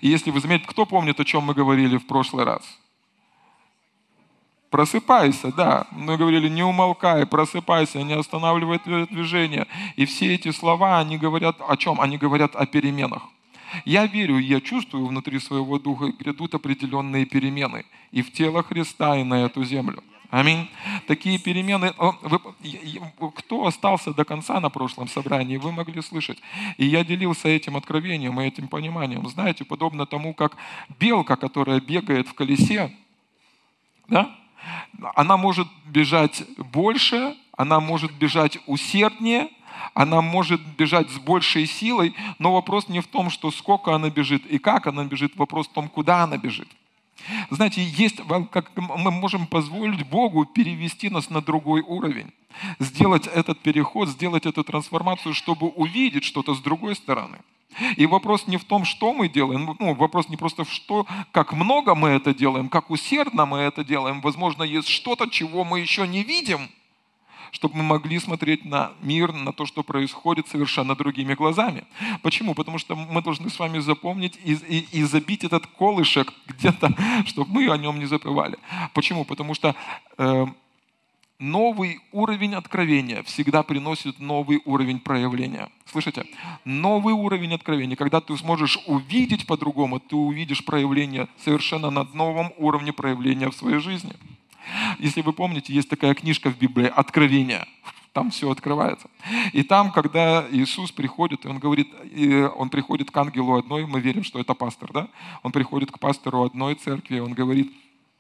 И если вы заметите, кто помнит, о чем мы говорили в прошлый раз? Просыпайся, да. Мы говорили, не умолкай, просыпайся, не останавливай твое движение. И все эти слова, они говорят о чем? Они говорят о переменах. Я верю, я чувствую внутри своего духа, грядут определенные перемены и в тело Христа, и на эту землю. Аминь. Такие перемены, кто остался до конца на прошлом собрании, вы могли слышать. И я делился этим откровением и этим пониманием. Знаете, подобно тому, как белка, которая бегает в колесе, да? Она может бежать больше, она может бежать усерднее, она может бежать с большей силой, но вопрос не в том, что сколько она бежит и как она бежит, вопрос в том, куда она бежит. Знаете, как мы можем позволить Богу перевести нас на другой уровень, сделать этот переход, сделать эту трансформацию, чтобы увидеть что-то с другой стороны. И вопрос не в том, что мы делаем, вопрос не просто в что, как много мы это делаем, как усердно мы это делаем. Возможно, есть что-то, чего мы еще не видим, чтобы мы могли смотреть на мир, на то, что происходит, совершенно другими глазами. Почему? Потому что мы должны с вами запомнить и забить этот колышек где-то, чтобы мы о нем не забывали. Почему? Потому что новый уровень откровения всегда приносит новый уровень проявления. Слышите? Новый уровень откровения. Когда ты сможешь увидеть по-другому, ты увидишь проявление совершенно на новом уровне проявления в своей жизни. Если вы помните, есть такая книжка в Библии «Откровение». Там все открывается. И там, когда Иисус приходит, и Он говорит, Он приходит к ангелу одной, мы верим, что это пастор, да? Он приходит к пастору одной церкви, Он говорит: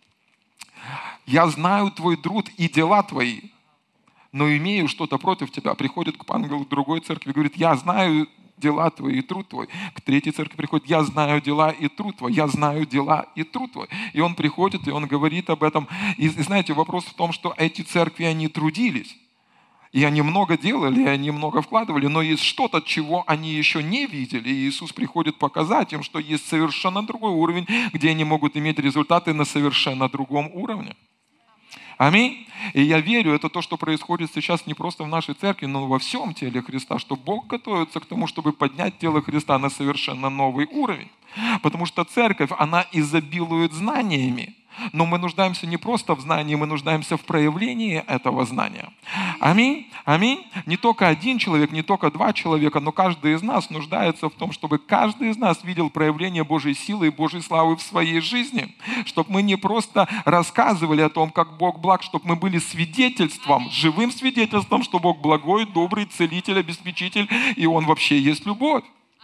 «Я знаю твой труд и дела твои, но имею что-то против тебя». Приходит к ангелу другой церкви, говорит: «Я знаю дела твои и труд твой». К третьей церкви приходит: «Я знаю дела и труд твой, я знаю дела и труд твой». И он приходит, и он говорит об этом. И знаете, вопрос в том, что эти церкви, они трудились. И они много делали, и они много вкладывали, но есть что-то, чего они еще не видели. И Иисус приходит показать им, что есть совершенно другой уровень, где они могут иметь результаты на совершенно другом уровне. Аминь. И я верю, это то, что происходит сейчас не просто в нашей церкви, но во всем теле Христа, что Бог готовится к тому, чтобы поднять тело Христа на совершенно новый уровень. Потому что церковь, она изобилует знаниями. Но мы нуждаемся не просто в знании, мы нуждаемся в проявлении этого знания. Аминь. Аминь. Не только один человек, не только два человека, но каждый из нас нуждается в том, чтобы каждый из нас видел проявление Божьей силы и Божьей славы в своей жизни. Чтобы мы не просто рассказывали о том, как Бог благ, чтобы мы были свидетельством, живым свидетельством, что Бог благой, добрый, целитель, обеспечитель, и Он вообще есть любовь.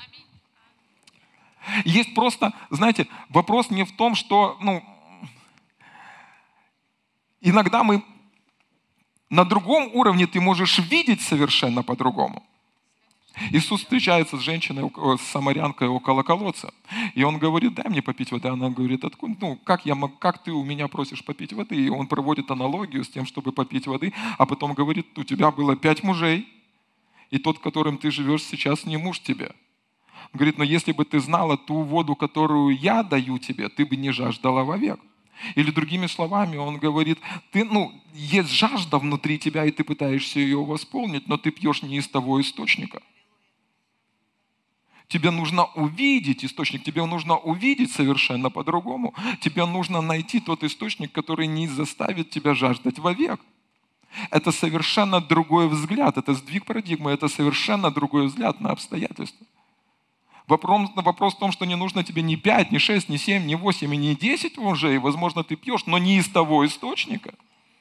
Есть просто, знаете, вопрос не в том, что, иногда мы на другом уровне ты можешь видеть совершенно по-другому. Иисус встречается с женщиной, с самарянкой около колодца. И Он говорит: «Дай мне попить воды». Она говорит: «Откуда? Как ты у меня просишь попить воды?» И Он проводит аналогию с тем, чтобы попить воды, а потом говорит: «У тебя было 5 мужей, и тот, которым ты живешь сейчас, не муж тебе». Он говорит: «Но если бы ты знала ту воду, которую я даю тебе, ты бы не жаждала вовек». Или другими словами, он говорит: есть жажда внутри тебя, и ты пытаешься ее восполнить, но ты пьешь не из того источника. Тебе нужно увидеть источник, тебе нужно увидеть совершенно по-другому. Тебе нужно найти тот источник, который не заставит тебя жаждать вовек. Это совершенно другой взгляд, это сдвиг парадигмы, это совершенно другой взгляд на обстоятельства. Вопрос в том, что не нужно тебе ни 5, ни 6, ни 7, ни 8 и ни 10 мужей. Возможно, ты пьешь, но не из того источника.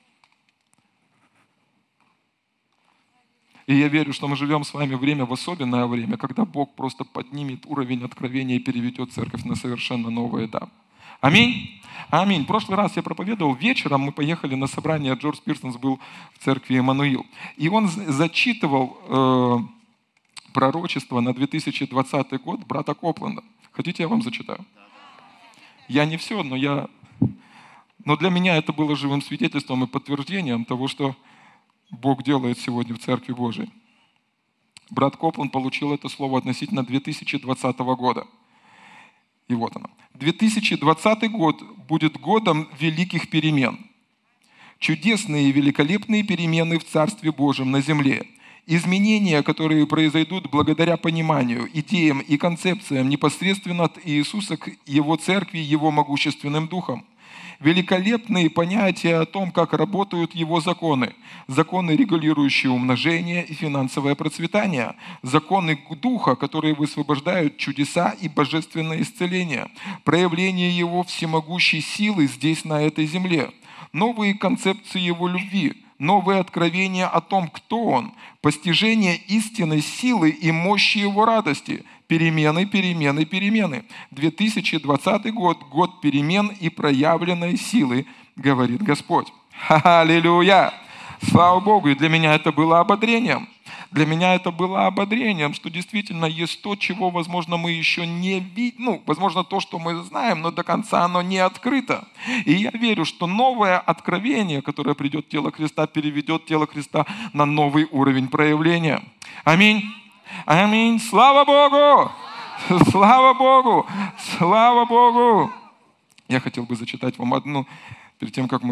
И я верю, что мы живем с вами в особенное время, когда Бог просто поднимет уровень откровения и переведет церковь на совершенно новый этап. Аминь. Аминь. В прошлый раз я проповедовал вечером, мы поехали на собрание, Джордж Пирсонс был в церкви Эммануил. И он зачитывал пророчество на 2020 год брата Копленда. Хотите, я вам зачитаю? Я не все, но для меня это было живым свидетельством и подтверждением того, что Бог делает сегодня в Церкви Божией. Брат Копленд получил это слово относительно 2020 года. И вот оно. 2020 год будет годом великих перемен. Чудесные и великолепные перемены в Царстве Божьем на земле. Изменения, которые произойдут благодаря пониманию, идеям и концепциям непосредственно от Иисуса к Его церкви, Его могущественным духом. Великолепные понятия о том, как работают Его законы. Законы, регулирующие умножение и финансовое процветание. Законы Духа, которые высвобождают чудеса и божественное исцеление. Проявление Его всемогущей силы здесь, на этой земле. Новые концепции Его любви. Новые откровения о том, кто Он, постижение истинной силы и мощи Его радости, перемены, перемены, перемены. 2020 год – год перемен и проявленной силы, говорит Господь. Аллилуйя! Слава Богу! И для меня это было ободрением. Для меня это было ободрением, что действительно есть то, чего, возможно, мы еще не видим. Возможно, то, что мы знаем, но до конца оно не открыто. И я верю, что новое откровение, которое придет в тело Христа, переведет тело Христа на новый уровень проявления. Аминь. Аминь. Слава Богу! Слава Богу! Слава Богу! Я хотел бы зачитать вам одну, перед тем, как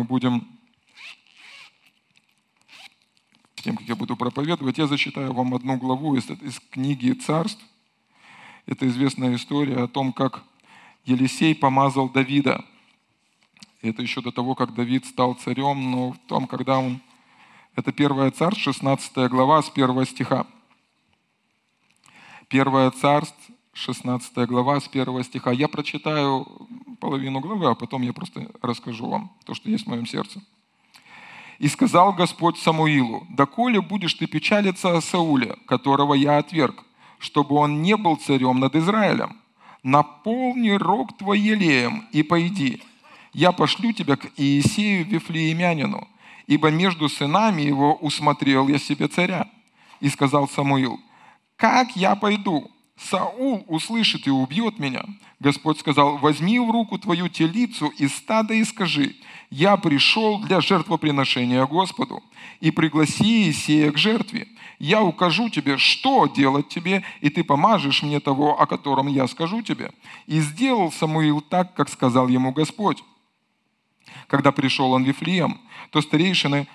я буду проповедовать, я зачитаю вам одну главу из книги «Царств». Это известная история о том, как Елисей помазал Давида. Это еще до того, как Давид стал царем, но в том, когда он... Это 1 Царств, 16 глава, с 1 стиха. 1 Царств, 16 глава, с 1 стиха. Я прочитаю половину главы, а потом я просто расскажу вам то, что есть в моем сердце. «И сказал Господь Самуилу: доколе будешь ты печалиться о Сауле, которого я отверг, чтобы он не был царем над Израилем? Наполни рог твой елеем и пойди. Я пошлю тебя к Иисею Вифлеемянину, ибо между сынами его усмотрел я себе царя». И сказал Самуил: как я пойду? Саул услышит и убьет меня. Господь сказал: возьми в руку твою телицу из стада и скажи: я пришел для жертвоприношения Господу, и пригласи Иисея к жертве. Я укажу тебе, что делать тебе, и ты помажешь мне того, о котором я скажу тебе. И сделал Самуил так, как сказал ему Господь. Когда пришел он в Вифлеем, то старейшины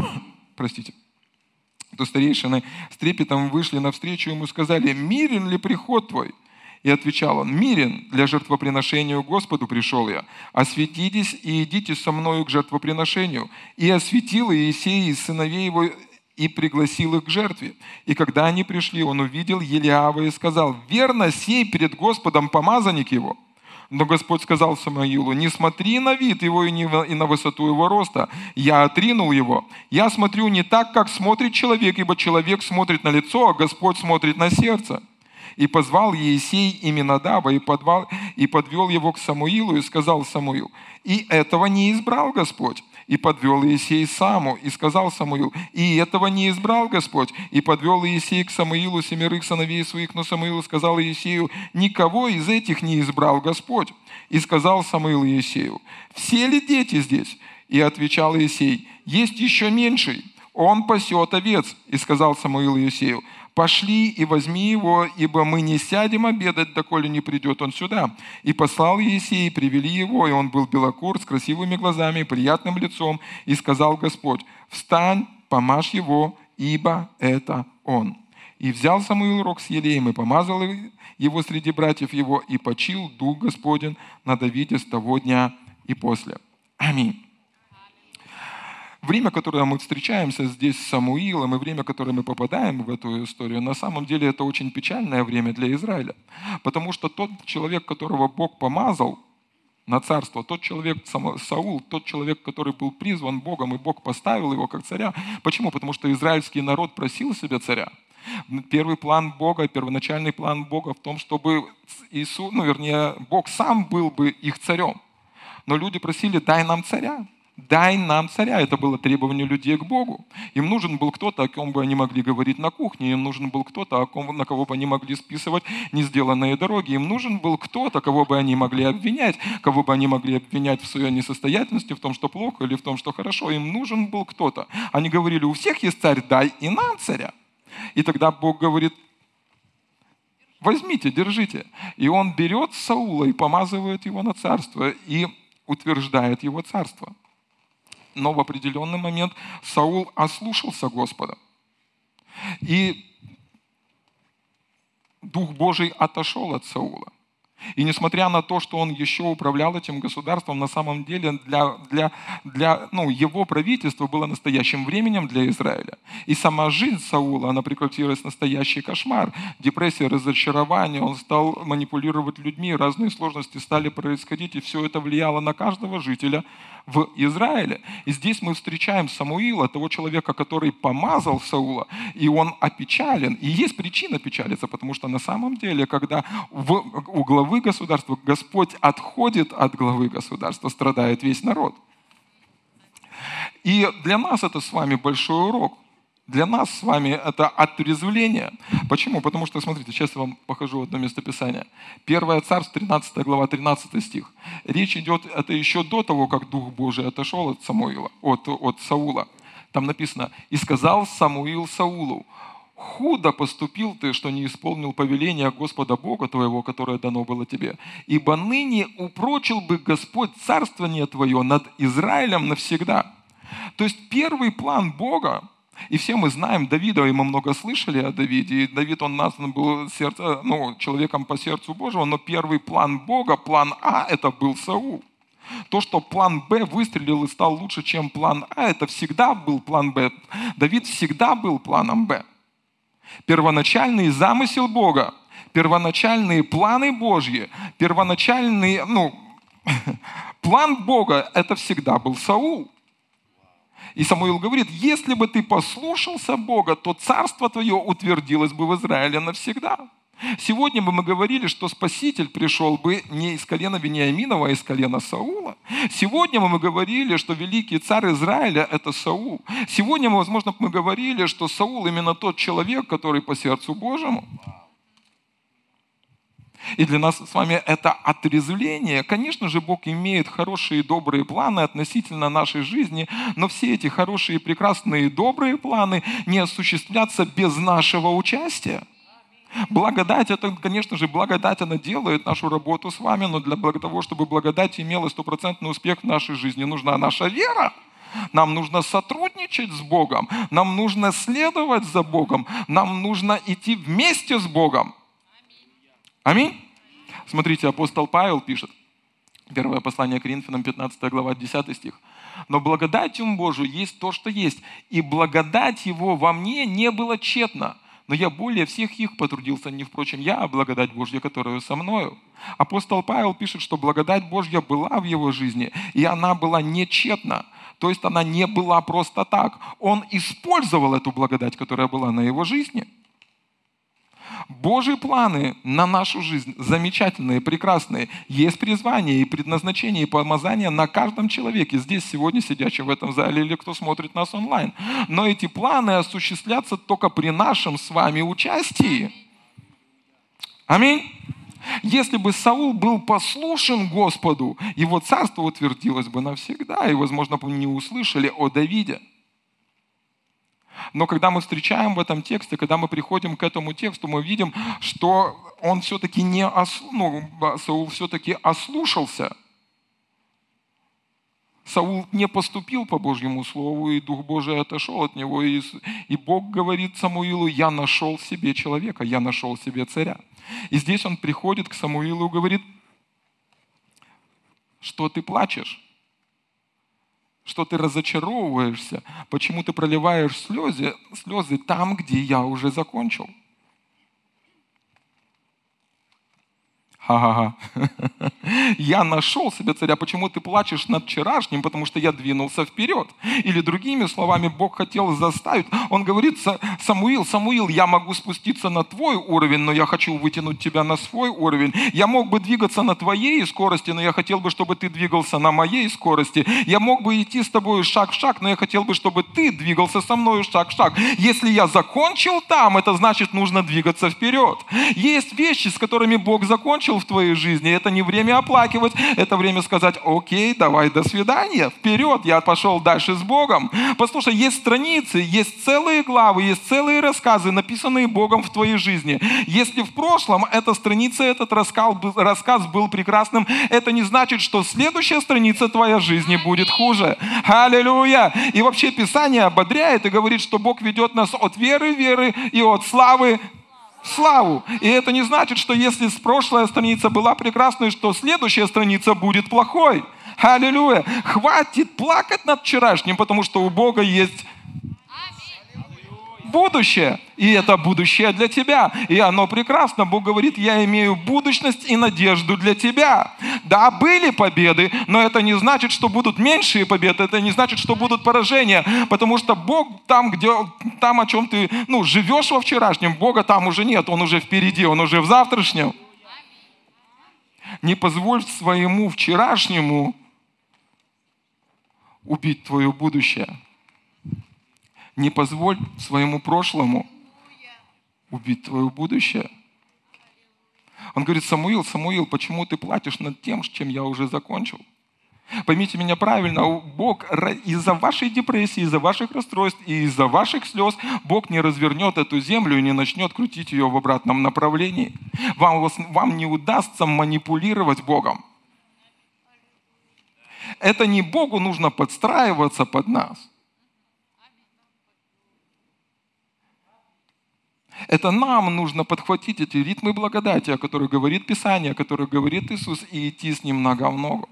с трепетом вышли навстречу ему и сказали: мирен ли приход твой? И отвечал он: мирен, для жертвоприношения Господу пришел я. Осветитесь и идите со мною к жертвоприношению. И осветил Иисей и сыновей его, и пригласил их к жертве. И когда они пришли, он увидел Елиава и сказал: верно, сей перед Господом помазанник его. Но Господь сказал Самуилу: не смотри на вид его и на высоту его роста. Я отринул его. Я смотрю не так, как смотрит человек, ибо человек смотрит на лицо, а Господь смотрит на сердце. И позвал Иисей Аминадава и подвел его к Самуилу, и сказал Самуил: и этого не избрал Господь. И подвел Иисей Саму, и сказал Самуил: и этого не избрал Господь. И подвел Иисей к Самуилу 7 сыновей своих, но Самуил сказал Иисею: никого из этих не избрал Господь. И сказал Самуил Иисею: все ли дети здесь? И отвечал Иисей: есть еще меньший, он пасет овец. И сказал Самуил Иисею: пошли и возьми его, ибо мы не сядем обедать, доколе не придет он сюда. И послал Иисей, и привели его, и он был белокур, с красивыми глазами и приятным лицом. И сказал Господь: встань, помажь его, ибо это он. И взял Самуил рог с елеем, и помазал его среди братьев его, и почил Дух Господень на Давиде с того дня и после. Аминь. Время, которое мы встречаемся здесь с Самуилом, и время, которое мы попадаем в эту историю, на самом деле это очень печальное время для Израиля. Потому что тот человек, которого Бог помазал на царство, тот человек, Саул, тот человек, который был призван Богом, и Бог поставил его как царя. Почему? Потому что израильский народ просил себе царя. Первый план Бога, первоначальный план Бога в том, чтобы Бог сам был бы их царем. Но люди просили: дай нам царя. Дай нам царя. Это было требование людей к Богу. Им нужен был кто-то, о ком бы они могли говорить на кухне. Им нужен был кто-то, на кого бы они могли списывать не сделанные дороги. Им нужен был кто-то, кого бы они могли обвинять. Кого бы они могли обвинять в своей несостоятельности, в том, что плохо, или в том, что хорошо. Им нужен был кто-то. Они говорили: у всех есть царь, дай и нам царя. И тогда Бог говорит: возьмите, держите. И он берет Саула и помазывает его на царство, и утверждает его царство. Но в определенный момент Саул ослушался Господа. И Дух Божий отошел от Саула. И несмотря на то, что он еще управлял этим государством, на самом деле для его правительства было настоящим временем для Израиля. И сама жизнь Саула, она превратилась в настоящий кошмар. Депрессия, разочарование, он стал манипулировать людьми, разные сложности стали происходить, и все это влияло на каждого жителя в Израиле. И здесь мы встречаем Самуила, того человека, который помазал Саула, и он опечален. И есть причина печалиться, потому что на самом деле, когда у главы государства Господь отходит от главы государства, страдает весь народ. И для нас это с вами большой урок. Для нас с вами это отрезвление. Почему? Потому что, смотрите, сейчас я вам покажу одно местописание. 1 Царств, 13 глава, 13 стих. Речь идет, это еще до того, как Дух Божий отошел от Самуила, от Саула. Там написано: «И сказал Самуил Саулу: худо поступил ты, что не исполнил повеления Господа Бога твоего, которое дано было тебе. Ибо ныне упрочил бы Господь царствование твое над Израилем навсегда». То есть первый план Бога, и все мы знаем Давида, и мы много слышали о Давиде, и Давид, он назван был человеком по сердцу Божьему, но первый план Бога, план А, это был Саул. То, что план Б выстрелил и стал лучше, чем план А, это всегда был план Б. Давид всегда был планом Б. Первоначальный замысел Бога, первоначальные планы Божьи, первоначальный план Бога, это всегда был Саул. И Самуил говорит: если бы ты послушался Бога, то царство твое утвердилось бы в Израиле навсегда. Сегодня бы мы говорили, что Спаситель пришел бы не из колена Вениаминова, а из колена Саула. Сегодня мы говорили, что великий царь Израиля – это Саул. Сегодня, возможно, мы говорили, что Саул именно тот человек, который по сердцу Божьему. И для нас с вами это отрезвление. Конечно же, Бог имеет хорошие и добрые планы относительно нашей жизни, но все эти хорошие, прекрасные и добрые планы не осуществлятся без нашего участия. Благодать, это, конечно же, благодать, она делает нашу работу с вами, но для того, чтобы благодать имела стопроцентный успех в нашей жизни, нужна наша вера. Нам нужно сотрудничать с Богом, нам нужно следовать за Богом, нам нужно идти вместе с Богом. Аминь. Смотрите, апостол Павел пишет, первое послание Коринфянам, 15 глава, 10 стих. «Но благодатью Божию есть то, что есть, и благодать Его во мне не была тщетна. Но я более всех их потрудился, не впрочем я, а благодать Божья, которая со мною». Апостол Павел пишет, что благодать Божья была в его жизни, и она была не тщетна. То есть она не была просто так. Он использовал эту благодать, которая была на его жизни. Божьи планы на нашу жизнь замечательные, прекрасные. Есть призвание и предназначение, и помазание на каждом человеке, здесь сегодня сидящем в этом зале или кто смотрит нас онлайн. Но эти планы осуществлятся только при нашем с вами участии. Аминь. Если бы Саул был послушен Господу, его царство утвердилось бы навсегда, и, возможно, бы не услышали о Давиде. Но когда мы встречаем в этом тексте, когда мы приходим к этому тексту, мы видим, что он все-таки Саул все-таки ослушался. Саул не поступил по Божьему слову, и Дух Божий отошел от него. И Бог говорит Самуилу: я нашел себе человека, я нашел себе царя. И здесь он приходит к Самуилу и говорит: что ты плачешь? Что ты разочаровываешься? Почему ты проливаешь слезы там, где я уже закончил? Ха-ха-ха. Я нашел себе царя. Почему ты плачешь над вчерашним? Потому что я двинулся вперед. Или другими словами, Бог хотел заставить. Он говорит: Самуил, я могу спуститься на твой уровень, но я хочу вытянуть тебя на свой уровень. Я мог бы двигаться на твоей скорости, но я хотел бы, чтобы ты двигался на моей скорости. Я мог бы идти с тобой шаг в шаг, но я хотел бы, чтобы ты двигался со мной шаг в шаг. Если я закончил там, это значит, нужно двигаться вперед. Есть вещи, с которыми Бог закончил, закончил в твоей жизни. Это не время оплакивать, это время сказать: окей, давай, до свидания, вперед, я пошел дальше с Богом. Послушай, есть страницы, есть целые главы, есть целые рассказы, написанные Богом в твоей жизни. Если в прошлом эта страница, этот рассказ был прекрасным, это не значит, что следующая страница твоей жизни будет хуже. Аллилуйя! И вообще Писание ободряет и говорит, что Бог ведет нас от веры в веры и от славы в славу. И это не значит, что если прошлая страница была прекрасной, что следующая страница будет плохой. Аллилуйя! Хватит плакать над вчерашним, потому что у Бога есть будущее. И это будущее для тебя. И оно прекрасно. Бог говорит: я имею будущность и надежду для тебя. Да, были победы, но это не значит, что будут меньшие победы. Это не значит, что будут поражения. Потому что Бог там, о чем ты живешь во вчерашнем, Бога там уже нет. Он уже впереди, Он уже в завтрашнем. Не позволь своему вчерашнему убить твое будущее. Не позволь своему прошлому убить твое будущее. Он говорит: Самуил, Самуил, почему ты платишь над тем, чем я уже закончил? Поймите меня правильно, Бог из-за вашей депрессии, из-за ваших расстройств и из-за ваших слез Бог не развернет эту землю и не начнет крутить ее в обратном направлении. Вам не удастся манипулировать Богом. Это не Богу нужно подстраиваться под нас. Это нам нужно подхватить эти ритмы благодати, о которых говорит Писание, о которых говорит Иисус, и идти с Ним нога в ногу.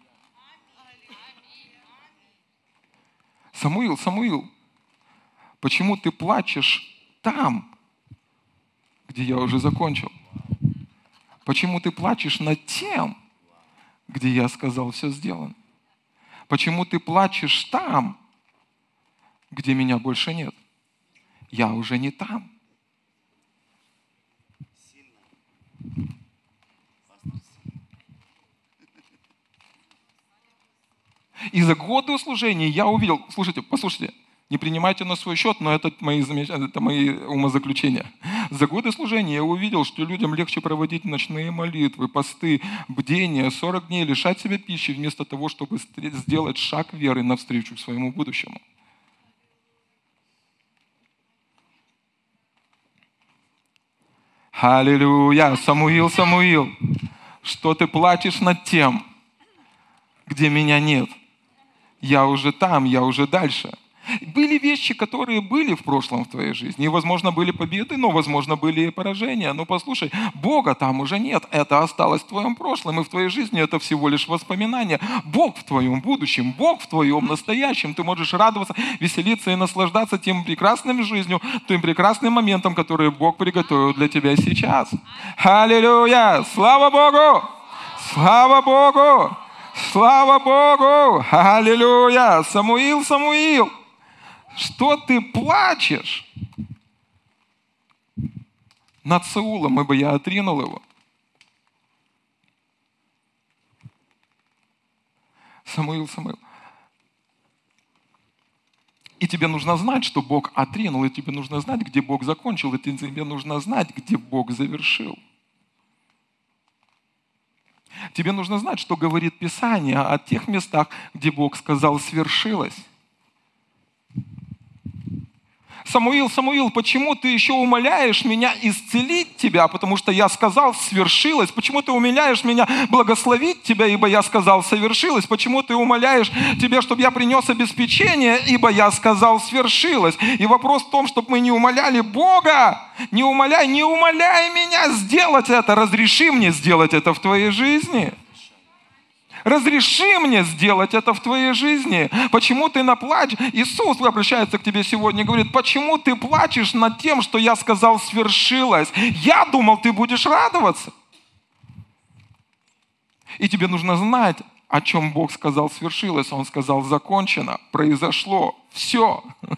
Самуил, Самуил, почему ты плачешь там, где я уже закончил? Почему ты плачешь над тем, где я сказал, все сделано? Почему ты плачешь там, где меня больше нет? Я уже не там. И за годы служения я увидел, послушайте, не принимайте на свой счет, но это мои умозаключения. За годы служения я увидел, что людям легче проводить ночные молитвы, посты, бдения, 40 дней, лишать себя пищи, вместо того, чтобы сделать шаг веры навстречу к своему будущему. Аллилуйя! Самуил, Самуил, что ты плачешь над тем, где меня нет? Я уже там, я уже дальше. Были вещи, которые были в прошлом в твоей жизни. И, возможно, были победы, но, возможно, были и поражения. Но послушай, Бога там уже нет. Это осталось в твоем прошлом. И в твоей жизни это всего лишь воспоминания. Бог в твоем будущем, Бог в твоем настоящем. Ты можешь радоваться, веселиться и наслаждаться тем прекрасным жизнью, тем прекрасным моментом, который Бог приготовил для тебя сейчас. Аллилуйя! Слава Богу! Слава Богу! Слава Богу! Аллилуйя! Самуил, Самуил! Что ты плачешь над Саулом, ибо я отринул его? Самуил, Самуил. И тебе нужно знать, что Бог отринул, и тебе нужно знать, где Бог закончил, и тебе нужно знать, где Бог завершил. Тебе нужно знать, что говорит Писание о тех местах, где Бог сказал «свершилось». Самуил, Самуил, почему ты еще умоляешь меня исцелить тебя, потому что я сказал «свершилось»? Почему ты умоляешь меня благословить тебя, ибо я сказал «совершилось»? Почему ты умоляешь тебя, чтобы я принес обеспечение, ибо я сказал «свершилось»? И вопрос в том, чтобы мы не умоляли Бога. Не умоляй меня сделать это. Разреши мне сделать это в твоей жизни. Разреши мне сделать это в твоей жизни. Почему ты наплачешь? Иисус обращается к тебе сегодня и говорит: почему ты плачешь над тем, что я сказал свершилось? Я думал, ты будешь радоваться. И тебе нужно знать, о чем Бог сказал свершилось. Он сказал закончено, произошло, все.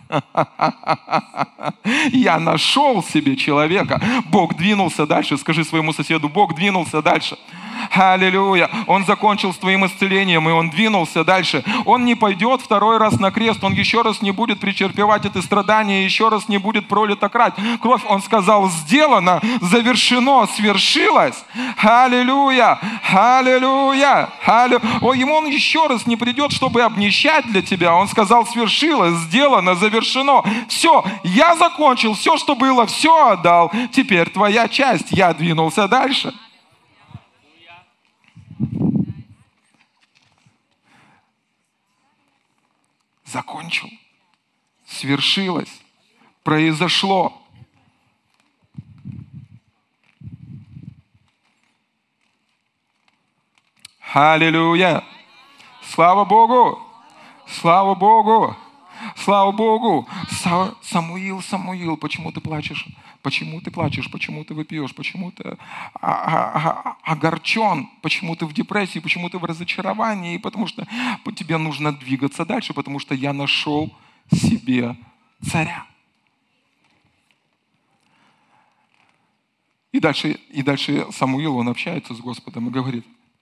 Я нашел себе человека. Бог двинулся дальше. Скажи своему соседу: Бог двинулся дальше. Аллилуйя. Он закончил с твоим исцелением, и он двинулся дальше. Он не пойдет второй раз на крест, он еще раз не будет претерпевать это страдание, еще раз не будет пролита кровь. Он сказал: сделано, завершено, свершилось. Аллилуйя, аллилуйя, аллилуйя. Ему он еще раз не придет, чтобы обнищать для тебя. Он сказал: свершилось, сделано, завершено. Все, я закончил, все, что было, все отдал. Теперь твоя часть. Я двинулся дальше. Закончил, свершилось, произошло. Аллилуйя! Слава Богу! Слава Богу! Слава Богу! Самуил, почему ты плачешь? Почему ты плачешь? Почему ты вопиешь? Почему ты огорчен? Почему ты в депрессии? Почему ты в разочаровании? Потому что тебе нужно двигаться дальше, потому что я нашел себе царя. И дальше Самуил, он общается с Господом и говорит,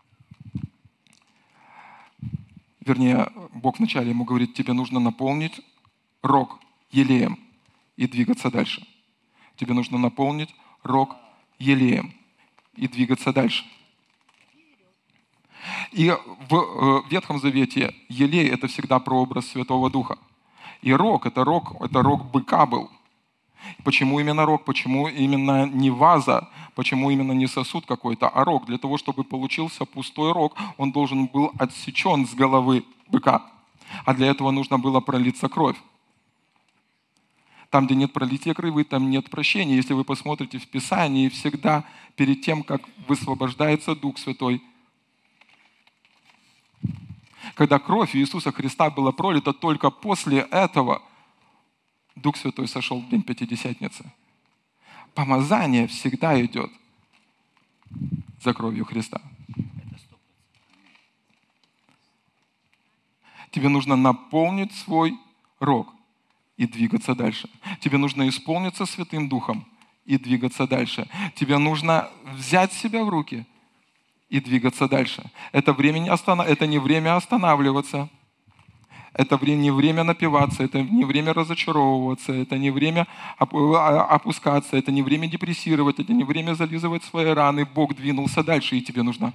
вернее, Бог вначале ему говорит: тебе нужно наполнить рог елеем и двигаться дальше. Тебе нужно наполнить рог елеем и двигаться дальше. И в Ветхом Завете елей — это всегда прообраз Святого Духа. И рог — это рог быка был. Почему именно рог? Почему именно не ваза? Почему именно не сосуд какой-то, а рог? Для того, чтобы получился пустой рог, он должен был отсечен с головы быка. А для этого нужно было пролиться кровь. Там, где нет пролития крови, там нет прощения. Если вы посмотрите в Писании, всегда перед тем, как высвобождается Дух Святой, когда кровь Иисуса Христа была пролита, только после этого Дух Святой сошел в день Пятидесятницы. Помазание всегда идет за кровью Христа. Тебе нужно наполнить свой рог и двигаться дальше. Тебе нужно исполниться Святым Духом и двигаться дальше. Тебе нужно взять себя в руки и двигаться дальше. Это не время останавливаться. Это не время напиваться, это не время разочаровываться, это не время опускаться, это не время депрессировать, это не время зализывать свои раны. Бог двинулся дальше, и тебе нужно.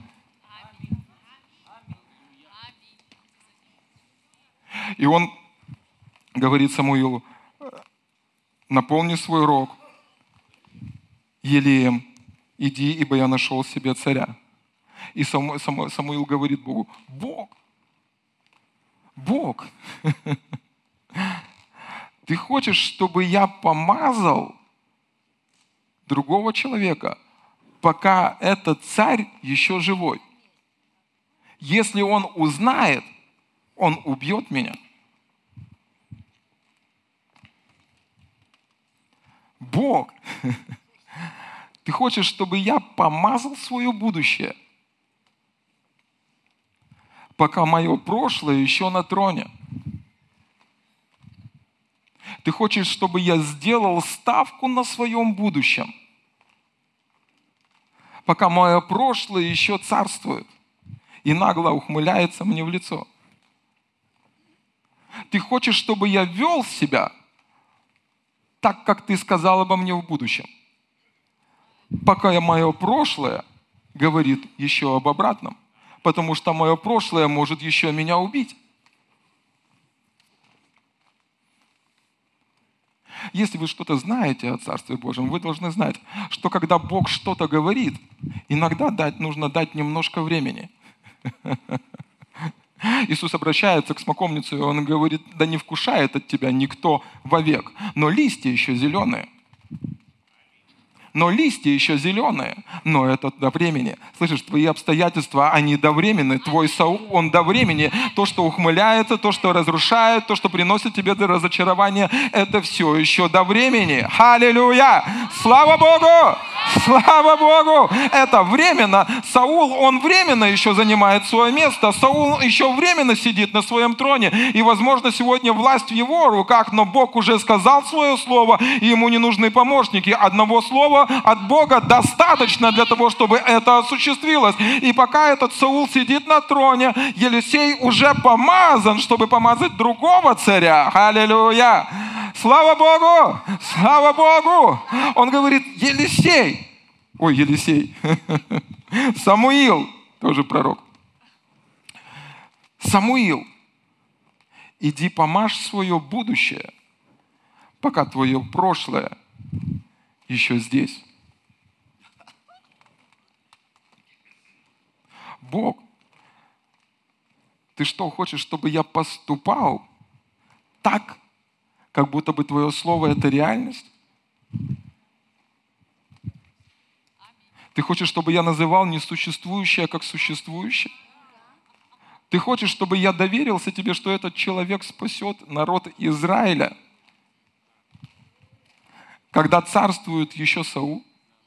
И он говорит Самуилу: наполни свой рог елеем, иди, ибо я нашел себе царя. И Самуил говорит Богу: Бог, ты хочешь, чтобы я помазал другого человека, пока этот царь еще живой? Если он узнает, он убьет меня. Бог, ты хочешь, чтобы я помазал свое будущее, пока мое прошлое еще на троне? Ты хочешь, чтобы я сделал ставку на своем будущем, пока мое прошлое еще царствует и нагло ухмыляется мне в лицо? Ты хочешь, чтобы я вел себя так, как ты сказал обо мне в будущем, пока мое прошлое говорит еще об обратном? Потому что мое прошлое может еще меня убить. Если вы что-то знаете о Царстве Божьем, вы должны знать, что когда Бог что-то говорит, иногда нужно дать немножко времени. Иисус обращается к смоковнице, и Он говорит: да не вкушает от тебя никто вовек, но листья еще зеленые. Но листья еще зеленые, но это до времени. Слышишь, твои обстоятельства, они до времени. Твой Саул, он до времени. То, что ухмыляется, то, что разрушает, то, что приносит тебе разочарование, это все еще до времени. Аллилуйя! Слава Богу! Слава Богу! Это временно. Саул, он временно еще занимает свое место. Саул еще временно сидит на своем троне. И, возможно, сегодня власть в его руках, но Бог уже сказал свое слово, и ему не нужны помощники. Одного слова от Бога достаточно для того, чтобы это осуществилось. И пока этот Саул сидит на троне, Елисей уже помазан, чтобы помазать другого царя. Аллилуйя! Слава Богу! Слава Богу! Он говорит, Елисей, Самуил, тоже пророк. Самуил, иди помажь свое будущее, пока твое прошлое еще здесь. Бог, ты что, хочешь, чтобы я поступал так, как будто бы твое слово – это реальность? Ты хочешь, чтобы я называл несуществующее как существующее? Ты хочешь, чтобы я доверился тебе, что этот человек спасет народ Израиля, когда царствует еще Саул?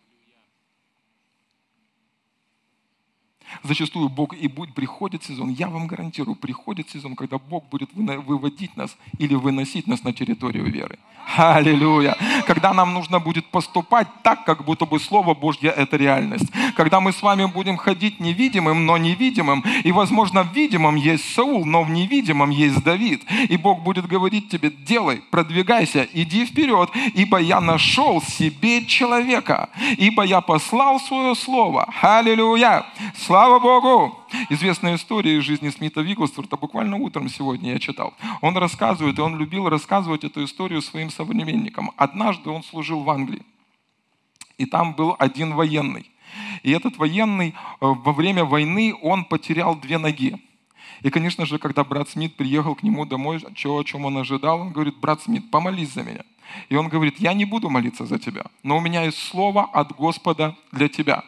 Зачастую Бог приходит сезон, я вам гарантирую, приходит сезон, когда Бог будет выводить нас или выносить нас на территорию веры. Аллилуйя! Когда нам нужно будет поступать так, как будто бы Слово Божье – это реальность. Когда мы с вами будем ходить невидимым, но невидимым, и, возможно, в видимом есть Саул, но в невидимом есть Давид. И Бог будет говорить тебе, делай, продвигайся, иди вперед, ибо я нашел себе человека, ибо я послал свое слово. Аллилуйя! Слава Богу! Известная история из жизни Смита Вигглсворта, буквально утром сегодня я читал. Он рассказывает, и он любил рассказывать эту историю своим современникам. Однажды он служил в Англии, и там был один военный. И этот военный во время войны, он потерял 2 ноги. И, конечно же, когда брат Смит приехал к нему домой, о чем он ожидал, он говорит, брат Смит, помолись за меня. И он говорит, я не буду молиться за тебя, но у меня есть слово от Господа для тебя.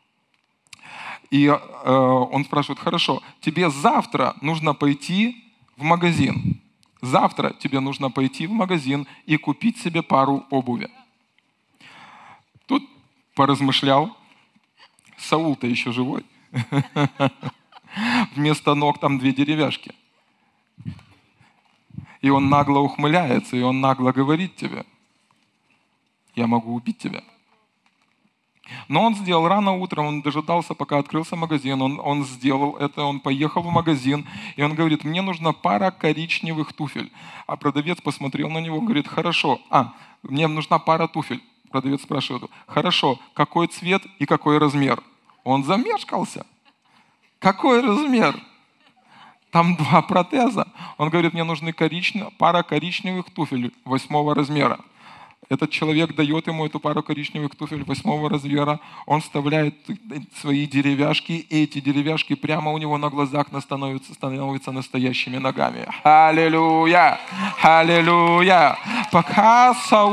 И он спрашивает, хорошо, тебе завтра нужно пойти в магазин. Завтра тебе нужно пойти в магазин и купить себе пару обуви. Тут поразмышлял, Саул-то еще живой. Вместо ног там 2 деревяшки. И он нагло ухмыляется, и он нагло говорит тебе, я могу убить тебя. Но он сделал рано утром, он дожидался, пока открылся магазин, он сделал это, он поехал в магазин, и он говорит, мне нужна пара коричневых туфель. А продавец посмотрел на него, говорит, хорошо, мне нужна пара туфель. Продавец спрашивает, хорошо, какой цвет и какой размер? Он замешкался. Какой размер? Там 2 протеза. Он говорит, мне нужны пара коричневых туфель 8 размера. Этот человек дает ему эту пару коричневых туфель 8 размера, он вставляет свои деревяшки, и эти деревяшки прямо у него на глазах становятся настоящими ногами. Аллилуйя! Аллилуйя! Пока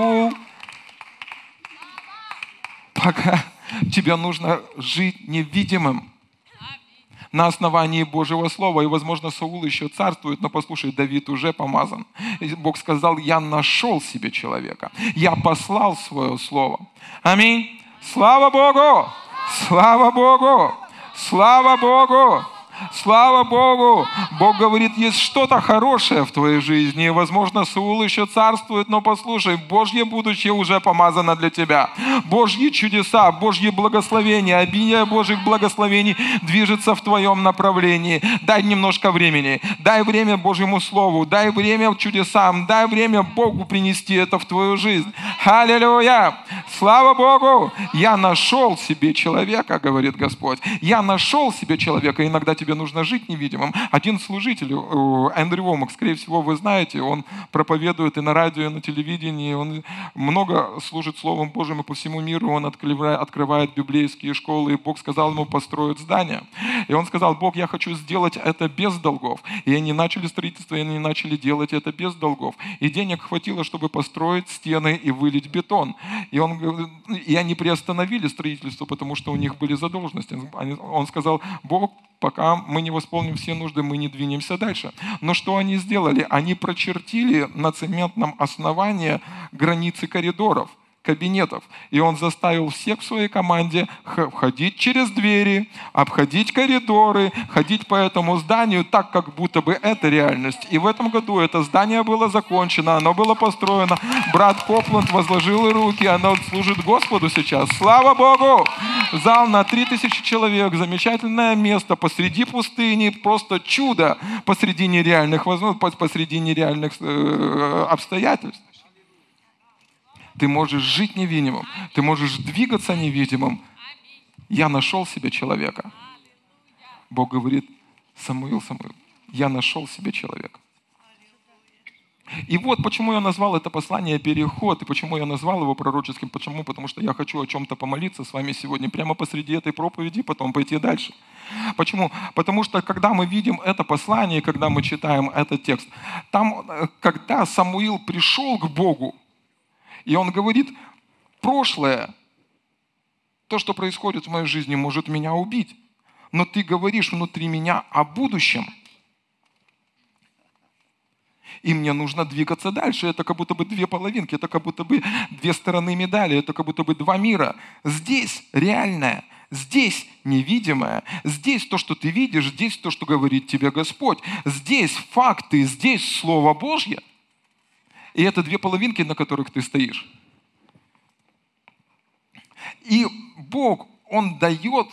тебе нужно жить невидимым, на основании Божьего Слова. И, возможно, Саул еще царствует, но послушай, Давид уже помазан. И Бог сказал, я нашел себе человека. Я послал свое Слово. Аминь. Слава Богу! Слава Богу! Слава Богу! Слава Богу! Бог говорит, есть что-то хорошее в твоей жизни. И, возможно, Саул еще царствует, но послушай, Божье будущее уже помазано для тебя. Божьи чудеса, Божьи благословения, обилие Божьих благословений движется в твоем направлении. Дай немножко времени. Дай время Божьему Слову. Дай время чудесам. Дай время Богу принести это в твою жизнь. Аллилуйя! Слава Богу! Я нашел себе человека, говорит Господь. Я нашел себе человека. Иногда тебе нужно жить невидимым. Один служитель, Эндрю Вомак, скорее всего, вы знаете, он проповедует и на радио, и на телевидении, он много служит Словом Божьим и по всему миру, он открывает библейские школы, и Бог сказал ему построить здание. И он сказал, Бог, я хочу сделать это без долгов. И они начали строительство, и они начали делать это без долгов. И денег хватило, чтобы построить стены и вылить бетон. И они приостановили строительство, потому что у них были задолженности. Он сказал, Бог, пока мы не восполним все нужды, мы не двинемся дальше. Но что они сделали? Они прочертили на цементном основании границы коридоров. кабинетов. И он заставил всех в своей команде входить через двери, обходить коридоры, ходить по этому зданию так, как будто бы это реальность. И в этом году это здание было закончено, оно было построено. Брат Копланд возложил руки, оно служит Господу сейчас. Слава Богу! Зал на 3000 человек, замечательное место посреди пустыни, просто чудо посреди нереальных возможностей, посреди нереальных обстоятельств. Ты можешь жить невидимым, ты можешь двигаться невидимым. Я нашел себе человека. Бог говорит: Самуил, Самуил, я нашел себе человека. И вот почему я назвал это послание «Переход», и почему я назвал его пророческим. Почему? Потому что я хочу о чем-то помолиться с вами сегодня, прямо посреди этой проповеди, потом пойти дальше. Почему? Потому что когда мы видим это послание, когда мы читаем этот текст, там, когда Самуил пришел к Богу, и он говорит: прошлое, то, что происходит в моей жизни, может меня убить. Но ты говоришь внутри меня о будущем. И мне нужно двигаться дальше. Это как будто бы две половинки, это как будто бы две стороны медали, это как будто бы два мира. Здесь реальное, здесь невидимое, здесь то, что ты видишь, здесь то, что говорит тебе Господь. Здесь факты, здесь Слово Божье. И это две половинки, на которых ты стоишь. И Бог, Он дает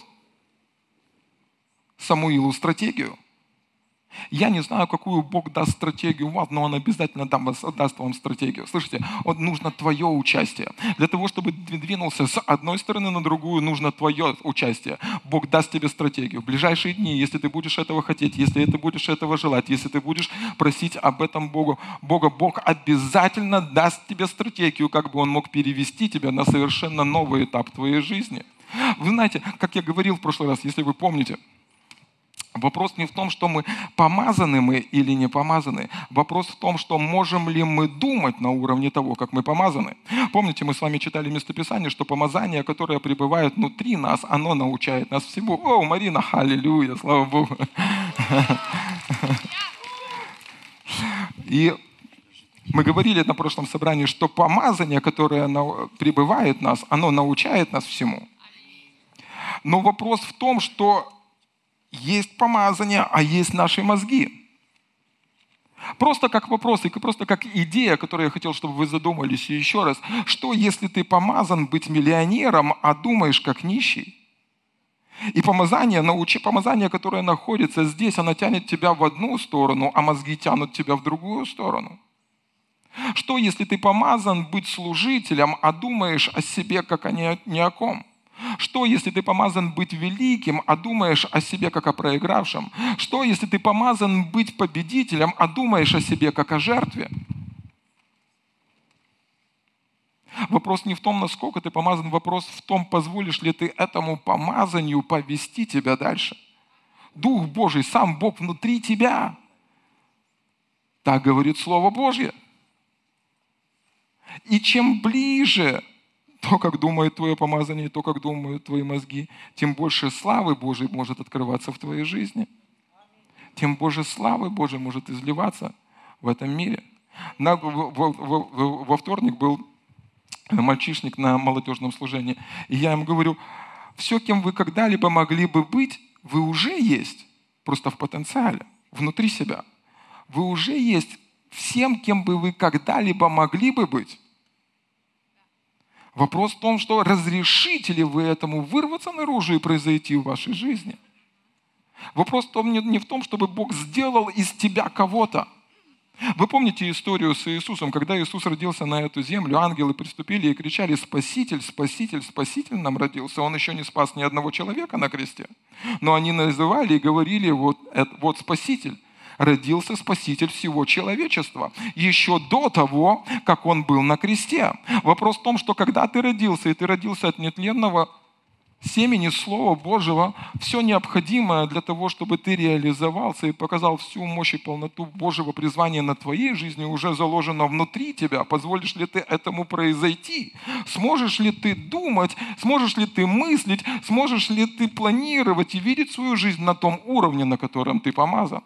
Самуилу стратегию. Я не знаю, какую Бог даст стратегию вам, но Он обязательно даст вам стратегию. Слышите, нужно твое участие. Для того, чтобы двинулся с одной стороны на другую, нужно твое участие. Бог даст тебе стратегию. В ближайшие дни, если ты будешь этого хотеть, если ты будешь этого желать, если ты будешь просить об этом Бога, Бог обязательно даст тебе стратегию, как бы Он мог перевести тебя на совершенно новый этап твоей жизни. Вы знаете, как я говорил в прошлый раз, если вы помните, вопрос не в том, что мы помазаны мы или не помазаны. Вопрос в том, что можем ли мы думать на уровне того, как мы помазаны. Помните, мы с вами читали местописание, что помазание, которое пребывает внутри нас, оно научает нас всему. О, Марина, аллилуйя, слава Богу. И мы говорили на прошлом собрании, что помазание, которое пребывает в нас, оно научает нас всему. Но вопрос в том, что есть помазание, а есть наши мозги. Просто как вопрос, и просто как идея, которую я хотел, чтобы вы задумались. И еще раз, что если ты помазан быть миллионером, а думаешь как нищий? И помазание, которое находится здесь, оно тянет тебя в одну сторону, а мозги тянут тебя в другую сторону. Что если ты помазан быть служителем, а думаешь о себе как о ни о ком? Что, если ты помазан быть великим, а думаешь о себе, как о проигравшем? Что, если ты помазан быть победителем, а думаешь о себе, как о жертве? Вопрос не в том, насколько ты помазан, вопрос в том, позволишь ли ты этому помазанию повести тебя дальше. Дух Божий, сам Бог внутри тебя. Так говорит Слово Божье. И чем ближе то, как думает твое помазание, то, как думают твои мозги, тем больше славы Божией может открываться в твоей жизни. Тем больше славы Божией может изливаться в этом мире. Во вторник был мальчишник на молодежном служении, и я им говорю: все, кем вы когда-либо могли бы быть, вы уже есть, просто в потенциале, внутри себя. Вы уже есть всем, кем бы вы когда-либо могли бы быть. Вопрос в том, что разрешите ли вы этому вырваться наружу и произойти в вашей жизни. Вопрос в том, не в том, чтобы Бог сделал из тебя кого-то. Вы помните историю с Иисусом, когда Иисус родился на эту землю, ангелы приступили и кричали: «Спаситель, Спаситель, Спаситель нам родился». Он еще не спас ни одного человека на кресте. Но они называли и говорили: вот Спаситель. Родился Спаситель всего человечества, еще до того, как Он был на кресте. Вопрос в том, что когда ты родился, и ты родился от нетленного семени Слова Божьего, все необходимое для того, чтобы ты реализовался и показал всю мощь и полноту Божьего призвания на твоей жизни, уже заложено внутри тебя. Позволишь ли ты этому произойти? Сможешь ли ты думать, сможешь ли ты мыслить, сможешь ли ты планировать и видеть свою жизнь на том уровне, на котором ты помазан?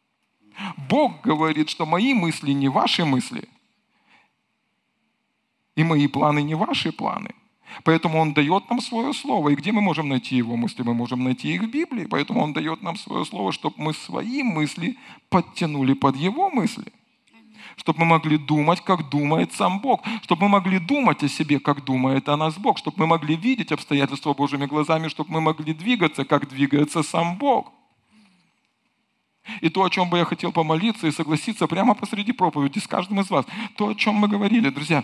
Бог говорит, что мои мысли не ваши мысли. И мои планы не ваши планы. Поэтому Он дает нам свое слово. И где мы можем найти Его мысли? Мы можем найти их в Библии. Поэтому Он дает нам свое слово, чтобы мы свои мысли подтянули под Его мысли. Чтобы мы могли думать, как думает сам Бог. Чтобы мы могли думать о себе, как думает о нас Бог. Чтобы мы могли видеть обстоятельства Божьими глазами. Чтобы мы могли двигаться, как двигается сам Бог. И то, о чем бы я хотел помолиться и согласиться прямо посреди проповеди с каждым из вас. То, о чем мы говорили, друзья.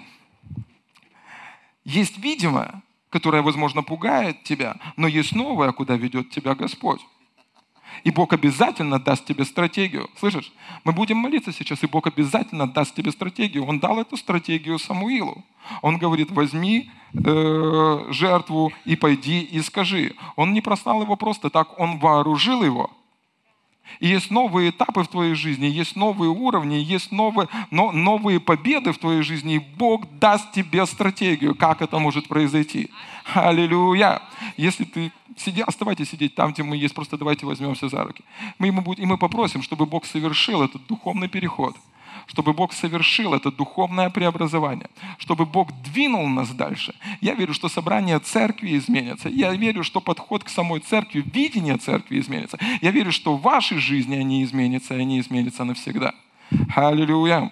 Есть видимое, которое, возможно, пугает тебя, но есть новое, куда ведет тебя Господь. И Бог обязательно даст тебе стратегию. Слышишь? Мы будем молиться сейчас, и Бог обязательно даст тебе стратегию. Он дал эту стратегию Самуилу. Он говорит, возьми жертву и пойди и скажи. Он не послал его просто так, он вооружил его. И есть новые этапы в твоей жизни, есть новые уровни, есть новые победы в твоей жизни. И Бог даст тебе стратегию, как это может произойти. Аллилуйя! Если ты оставайтесь сидеть там, где мы есть, просто давайте возьмемся за руки. И мы попросим, чтобы Бог совершил этот духовный переход, чтобы Бог совершил это духовное преобразование, чтобы Бог двинул нас дальше. Я верю, что собрание церкви изменится. Я верю, что подход к самой церкви, видение церкви изменится. Я верю, что в вашей жизни они изменятся, и они изменятся навсегда. Аллилуйя!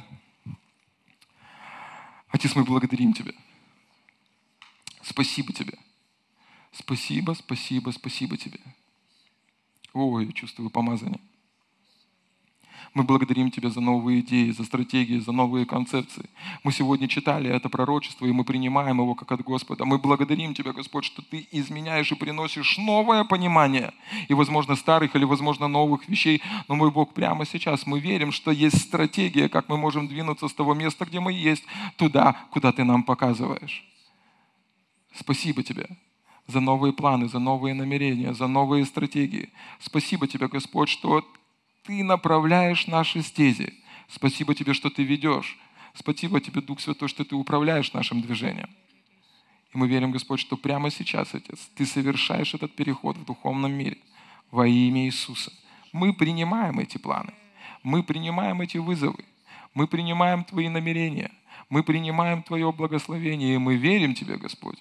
Отец, мы благодарим Тебя. Спасибо Тебе. Спасибо, спасибо, спасибо Тебе. Ой, я чувствую помазание. Мы благодарим Тебя за новые идеи, за стратегии, за новые концепции. Мы сегодня читали это пророчество, и мы принимаем его как от Господа. Мы благодарим Тебя, Господь, что Ты изменяешь и приносишь новое понимание. И, возможно, старых или, возможно, новых вещей. Но, мой Бог, прямо сейчас мы верим, что есть стратегия, как мы можем двинуться с того места, где мы есть, туда, куда Ты нам показываешь. Спасибо Тебе за новые планы, за новые намерения, за новые стратегии. Спасибо Тебе, Господь, что Ты направляешь наши стези. Спасибо Тебе, что Ты ведешь. Спасибо Тебе, Дух Святой, что Ты управляешь нашим движением. И мы верим, Господь, что прямо сейчас, Отец, Ты совершаешь этот переход в духовном мире во имя Иисуса. Мы принимаем эти планы. Мы принимаем эти вызовы. Мы принимаем Твои намерения. Мы принимаем Твое благословение. И мы верим Тебе, Господь,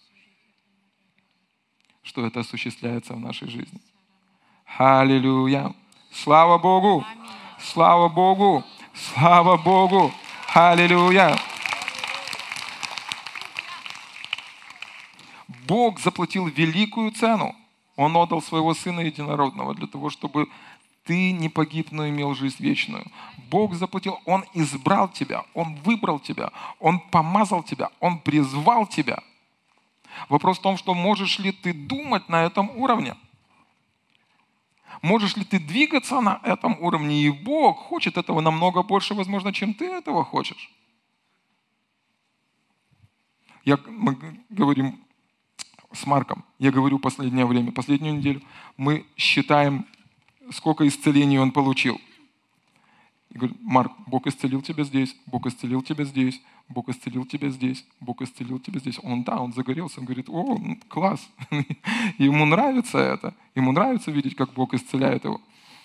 что это осуществляется в нашей жизни. Аллилуйя! Слава Богу! Слава Богу! Слава Богу! Аллилуйя! Бог заплатил великую цену. Он отдал своего Сына Единородного для того, чтобы ты не погиб, но имел жизнь вечную. Бог заплатил, Он избрал тебя, Он выбрал тебя, Он помазал тебя, Он призвал тебя. Вопрос в том, что можешь ли ты думать на этом уровне? Можешь ли ты двигаться на этом уровне? И Бог хочет этого намного больше, возможно, чем ты этого хочешь. Мы говорим с Марком, я говорю последнее время, последнюю неделю, мы считаем, сколько исцелений он получил. И говорю, Марк, Бог исцелил тебя здесь, Бог исцелил тебя здесь, Бог исцелил тебя здесь, Бог исцелил тебя здесь. Он загорелся, он говорит, о, класс. Ему нравится это, ему нравится видеть, как Бог исцеляет его.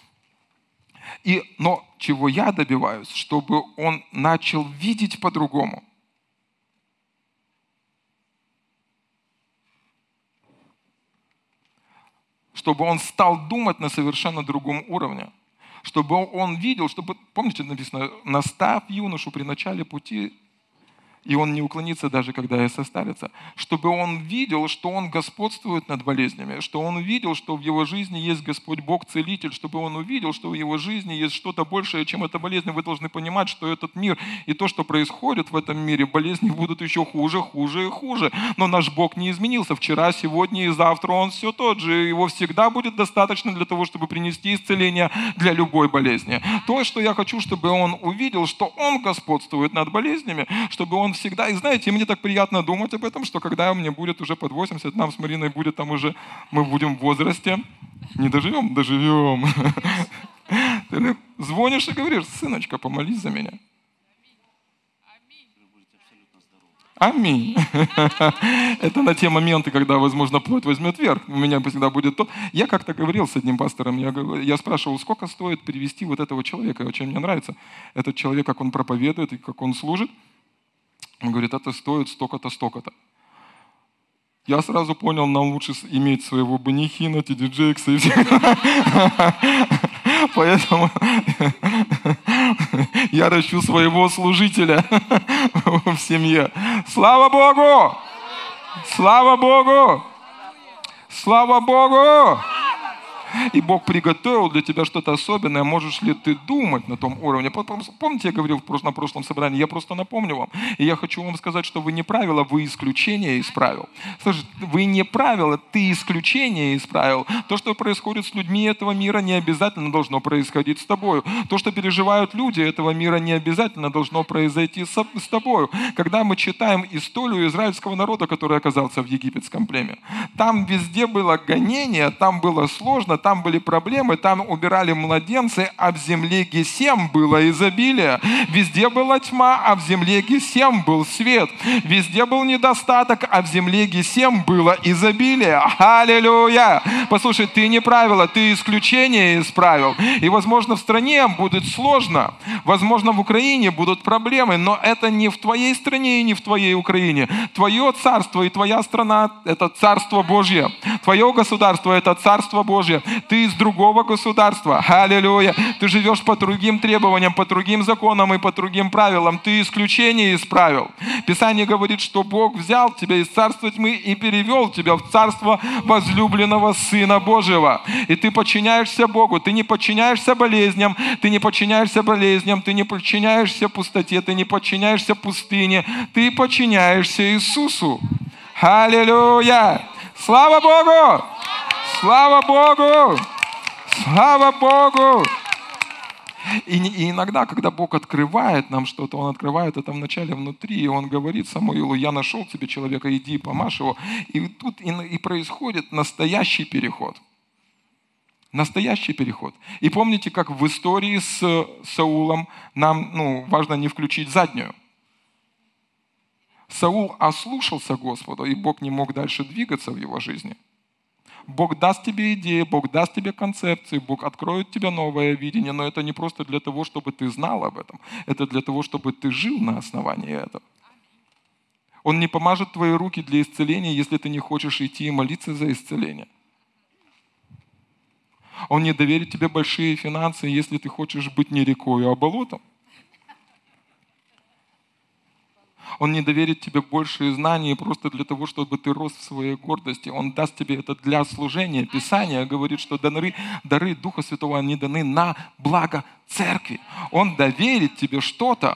Но чего я добиваюсь, чтобы он начал видеть по-другому. Чтобы он стал думать на совершенно другом уровне. Чтобы он видел, помните, написано, наставь юношу при начале пути, и он не уклонится даже, когда и состарится. Чтобы он видел, что он господствует над болезнями, что он увидел, что в его жизни есть Господь Бог Целитель, чтобы он увидел, что в его жизни есть что-то большее, чем эта болезнь. Вы должны понимать, что этот мир и то, что происходит в этом мире, болезни будут еще хуже, хуже и хуже. Но наш Бог не изменился. Вчера, сегодня и завтра Он все тот же. Его всегда будет достаточно для того, чтобы принести исцеление для любой болезни. То, что я хочу, чтобы он увидел, что Он господствует над болезнями, чтобы он всегда, и знаете, мне так приятно думать об этом, что когда мне будет уже под 80, нам с Мариной будет там уже, мы будем в возрасте, не доживем, доживем. Ты звонишь и говоришь, сыночка, помолись за меня. Аминь. Это на те моменты, когда, возможно, плоть возьмет верх. У меня всегда будет то. Я как-то говорил с одним пастором, я спрашивал, сколько стоит привести вот этого человека. Очень мне нравится этот человек, как он проповедует и как он служит. Он говорит, это стоит столько-то, столько-то. Я сразу понял, нам лучше иметь своего Бенихина, Ти Ди Джейкса и всех. Поэтому я ращу своего служителя в семье. Слава Богу! Слава Богу! Слава Богу! И Бог приготовил для тебя что-то особенное. Можешь ли ты думать на том уровне? Помните, я говорил на прошлом собрании? Я просто напомню вам. И я хочу вам сказать, что вы не правило, вы исключение из правил. Слушай, вы не правило, ты исключение из правил. То, что происходит с людьми этого мира, не обязательно должно происходить с тобой. То, что переживают люди этого мира, не обязательно должно произойти с тобой. Когда мы читаем историю израильского народа, который оказался в египетском племе, там везде было гонение, там было сложно, там были проблемы, там убирали младенцы, а в земле Гесем было изобилие. Везде была тьма, а в земле Гесем был свет. Везде был недостаток, а в земле Гесем было изобилие. Аллилуйя! Послушай, ты не правило, ты исключение из правил. И, возможно, в стране будет сложно, возможно, в Украине будут проблемы, но это не в твоей стране и не в твоей Украине. Твое царство и твоя страна – это царство Божье. Твое государство – это царство Божье. Ты из другого государства. Аллилуйя. Ты живешь по другим требованиям, по другим законам и по другим правилам. Ты исключение из правил. Писание говорит, что Бог взял тебя из царства тьмы и перевел тебя в царство возлюбленного Сына Божьего. И ты подчиняешься Богу. Ты не подчиняешься болезням, ты не подчиняешься пустоте, ты не подчиняешься пустыне. Ты подчиняешься Иисусу. Аллилуйя. Слава Богу! Слава Богу! Слава Богу! И иногда, когда Бог открывает нам что-то, Он открывает это вначале внутри, и Он говорит Самуилу, я нашел тебе человека, иди, помажь его. И тут и происходит настоящий переход. Настоящий переход. И помните, как в истории с Саулом нам важно не включить заднюю. Саул ослушался Господа, и Бог не мог дальше двигаться в его жизни. Бог даст тебе идеи, Бог даст тебе концепции, Бог откроет тебе новое видение, но это не просто для того, чтобы ты знал об этом, это для того, чтобы ты жил на основании этого. Он не помажет твои руки для исцеления, если ты не хочешь идти и молиться за исцеление. Он не доверит тебе большие финансы, если ты хочешь быть не рекой, а болотом. Он не доверит тебе большие знания просто для того, чтобы ты рос в своей гордости. Он даст тебе это для служения. Писание говорит, что дары Духа Святого, они даны на благо церкви. Он доверит тебе что-то,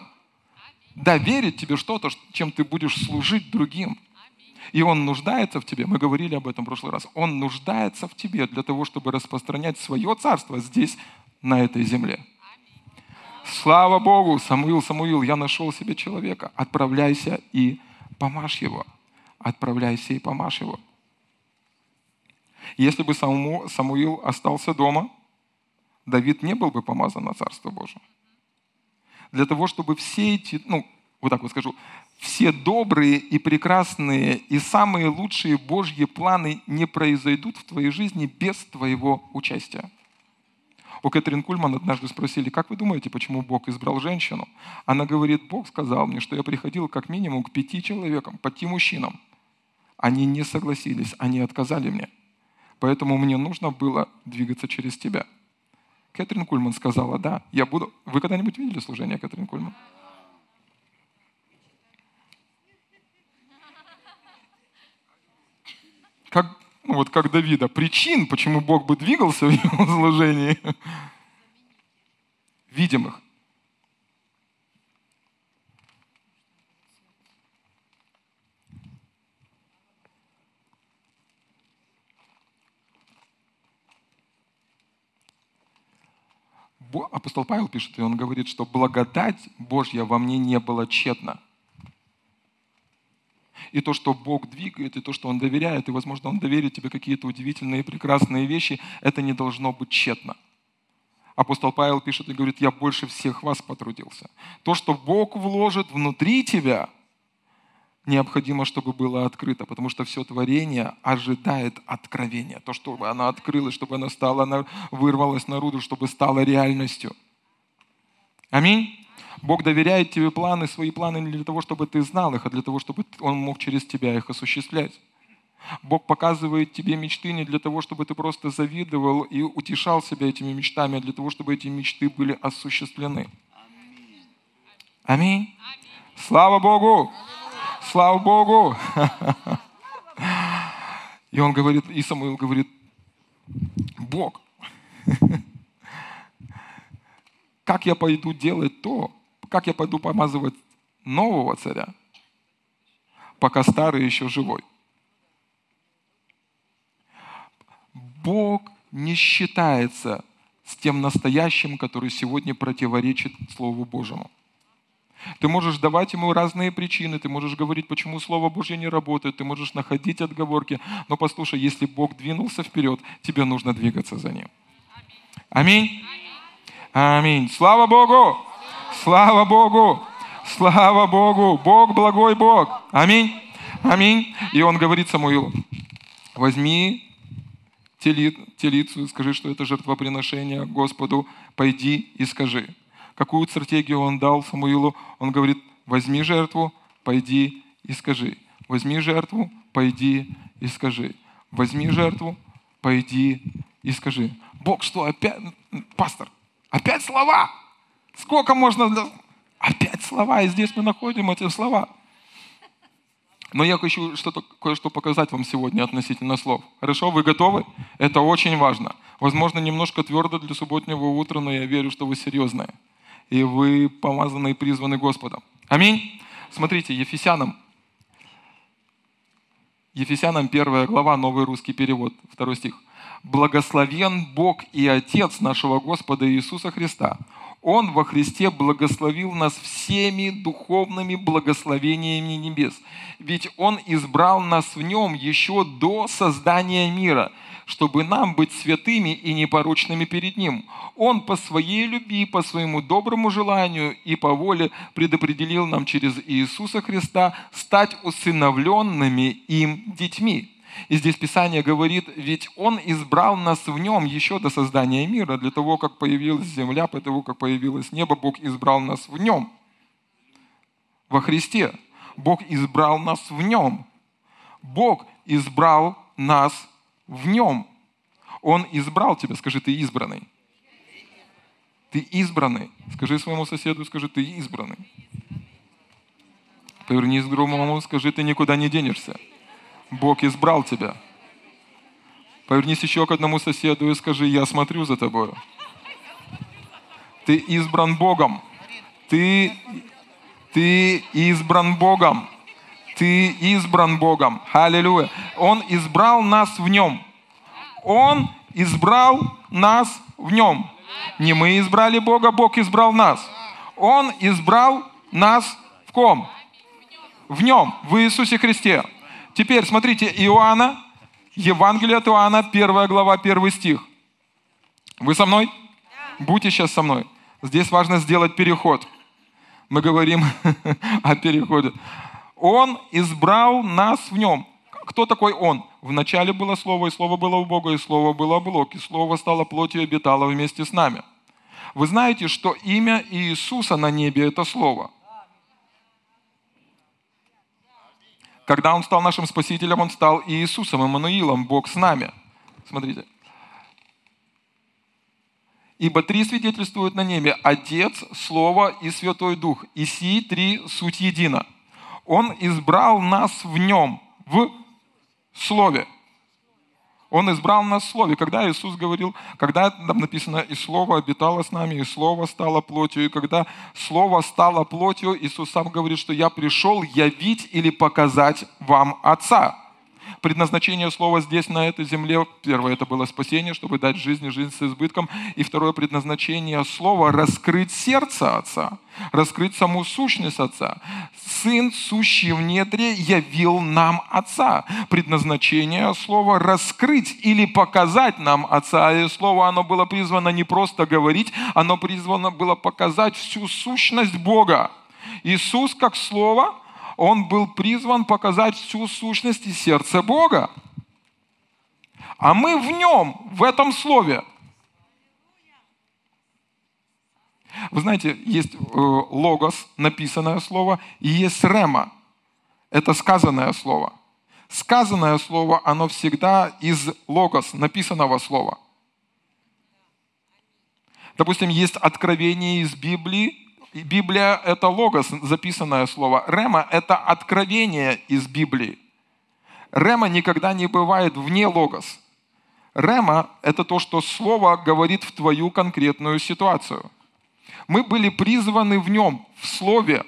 чем ты будешь служить другим. И Он нуждается в тебе. Мы говорили об этом в прошлый раз. Он нуждается в тебе для того, чтобы распространять свое царство здесь, на этой земле. Слава Богу! Самуил, я нашел себе человека. Отправляйся и помажь его. Отправляйся и помажь его. Если бы Самуил остался дома, Давид не был бы помазан на Царство Божие. Для того, чтобы все эти, все добрые и прекрасные и самые лучшие Божьи планы не произойдут в твоей жизни без твоего участия. У Кэтрин Кульман однажды спросили, как вы думаете, почему Бог избрал женщину? Она говорит, Бог сказал мне, что я приходил как минимум к 5 человекам, 5 мужчинам. Они не согласились, они отказали мне. Поэтому мне нужно было двигаться через тебя. Кэтрин Кульман сказала, да, я буду... Вы когда-нибудь видели служение Кэтрин Кульман? Как Давида, причин, почему Бог бы двигался в его служении, видимых. Апостол Павел пишет, и он говорит, что благодать Божья во мне не была тщетна. И то, что Бог двигает, и то, что Он доверяет, и, возможно, Он доверит тебе какие-то удивительные и прекрасные вещи, это не должно быть тщетно. Апостол Павел пишет и говорит, я больше всех вас потрудился. То, что Бог вложит внутри тебя, необходимо, чтобы было открыто, потому что все творение ожидает откровения. То, чтобы оно открылось, чтобы оно вырвалось наружу, чтобы стало реальностью. Аминь. Бог доверяет тебе планы, свои планы не для того, чтобы ты знал их, а для того, чтобы Он мог через тебя их осуществлять. Бог показывает тебе мечты не для того, чтобы ты просто завидовал и утешал себя этими мечтами, а для того, чтобы эти мечты были осуществлены. Аминь. Слава Богу! Слава Богу! И он говорит, и Самуил говорит: Бог, как я пойду делать то, как я пойду помазывать нового царя, пока старый еще живой? Бог не считается с тем настоящим, который сегодня противоречит Слову Божьему. Ты можешь давать ему разные причины, ты можешь говорить, почему Слово Божье не работает, ты можешь находить отговорки, но послушай, если Бог двинулся вперед, тебе нужно двигаться за Ним. Аминь. Аминь. Слава Богу! Слава Богу! Слава Богу! Бог благой Бог! Аминь. Аминь. И он говорит Самуилу: возьми телицу, скажи, что это жертвоприношение Господу, пойди и скажи. Какую стратегию он дал Самуилу? Он говорит: возьми жертву, пойди и скажи. Возьми жертву, пойди и скажи. Возьми жертву, пойди и скажи. Бог, что опять, пастор, опять слова? Сколько можно? Опять слова, и здесь мы находим эти слова. Но я хочу кое-что показать вам сегодня относительно слов. Хорошо, вы готовы? Это очень важно. Возможно, немножко твердо для субботнего утра, но я верю, что вы серьезные. И вы помазаны и призваны Господом. Аминь. Смотрите, Ефесянам 1 глава, новый русский перевод, 2 стих. «Благословен Бог и Отец нашего Господа Иисуса Христа. Он во Христе благословил нас всеми духовными благословениями небес. Ведь Он избрал нас в Нем еще до создания мира, чтобы нам быть святыми и непорочными перед Ним. Он по своей любви, по своему доброму желанию и по воле предопределил нам через Иисуса Христа стать усыновленными им детьми». И здесь Писание говорит: ведь Он избрал нас в Нем еще до создания мира, для того, как появилась земля, для того, как появилось небо, Бог избрал нас в Нем. Во Христе. Бог избрал нас в Нем. Бог избрал нас в Нем. Он избрал тебя. Скажи: ты избранный. Ты избранный. Скажи своему соседу, скажи: ты избранный. Повернись к другому, скажи: ты никуда не денешься. Бог избрал тебя. Повернись еще к одному соседу и скажи: я смотрю за тобой. Ты избран Богом. Ты избран Богом. Ты избран Богом. Аллилуйя. Он избрал нас в Нем. Он избрал нас в Нем. Не мы избрали Бога, Бог избрал нас. Он избрал нас в ком? В Нем, в Иисусе Христе. Теперь смотрите, Иоанна, Евангелие от Иоанна, 1 глава, 1 стих. Вы со мной? Будьте сейчас со мной. Здесь важно сделать переход. Мы говорим о переходе. Он избрал нас в Нем. Кто такой Он? Вначале было Слово, и Слово было у Бога, и Слово было Бог, и Слово стало плотью и обитало вместе с нами. Вы знаете, что имя Иисуса на небе – это Слово. Когда Он стал нашим Спасителем, Он стал Иисусом, Иммануилом, Бог с нами. Смотрите. «Ибо три свидетельствуют на небе: Отец, Слово и Святой Дух, и сии три суть едино. Он избрал нас в Нем, в Слове». Он избрал нас в Слове. Когда Иисус говорил, когда там написано: «И Слово обитало с нами, и Слово стало плотью». И когда Слово стало плотью, Иисус сам говорит, что «Я пришел явить или показать вам Отца». Предназначение Слова здесь, на этой земле: первое, это было спасение, чтобы дать жизнь и жизнь с избытком. И второе предназначение Слова — раскрыть сердце Отца, раскрыть саму сущность Отца. Сын, сущий в недре, явил нам Отца. Предназначение Слова — раскрыть или показать нам Отца. И Слово, оно было призвано не просто говорить, оно призвано было показать всю сущность Бога. Иисус, как Слово, Он был призван показать всю сущность и сердце Бога. А мы в Нем, в этом Слове. Вы знаете, есть логос, написанное слово, и есть рема. Это сказанное слово. Сказанное слово, оно всегда из логос, написанного слова. Допустим, есть откровение из Библии. Библия – это логос, записанное слово. Рема – это откровение из Библии. Рема никогда не бывает вне логос. Рема – это то, что слово говорит в твою конкретную ситуацию. Мы были призваны в нем, в слове.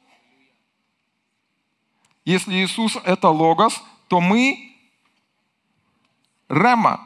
Если Иисус – это логос, то мы – рема.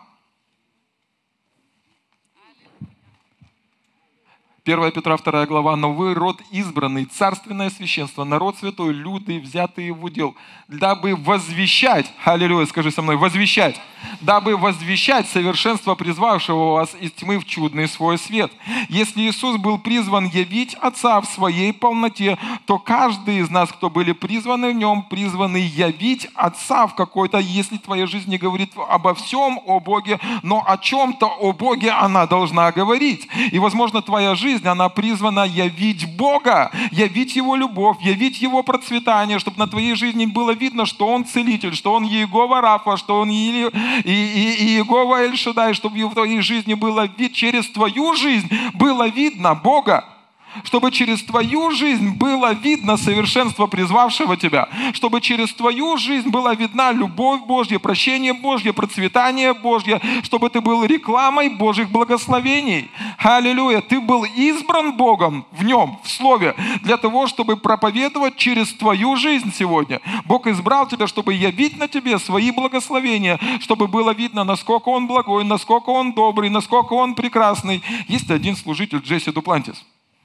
1 Петра 2 глава. «Но вы род избранный, царственное священство, народ святой, люди, взятые в удел, дабы возвещать», аллилуйя, скажи со мной, возвещать, «дабы возвещать совершенство призвавшего вас из тьмы в чудный свой свет». Если Иисус был призван явить Отца в своей полноте, то каждый из нас, кто были призваны в Нем, призваны явить Отца в какой-то, если твоя жизнь не говорит обо всем о Боге, но о чем-то о Боге она должна говорить. И, возможно, твоя жизнь, она призвана явить Бога, явить Его любовь, явить Его процветание, чтобы на твоей жизни было видно, что Он целитель, что Он Иегова Рафа, что Он Иегова Эль-Шадай, чтобы в твоей жизни было видно, через твою жизнь было видно Бога. Чтобы через твою жизнь было видно совершенство призвавшего тебя. Чтобы через твою жизнь была видна любовь Божья, прощение Божье, процветание Божье. Чтобы ты был рекламой Божьих благословений. Аллилуйя! Ты был избран Богом в Нем, в Слове, для того, чтобы проповедовать через твою жизнь сегодня. Бог избрал тебя, чтобы явить на тебе свои благословения, чтобы было видно, насколько Он благой, насколько Он добрый, насколько Он прекрасный. Есть один служитель, Джесси Дуплантис.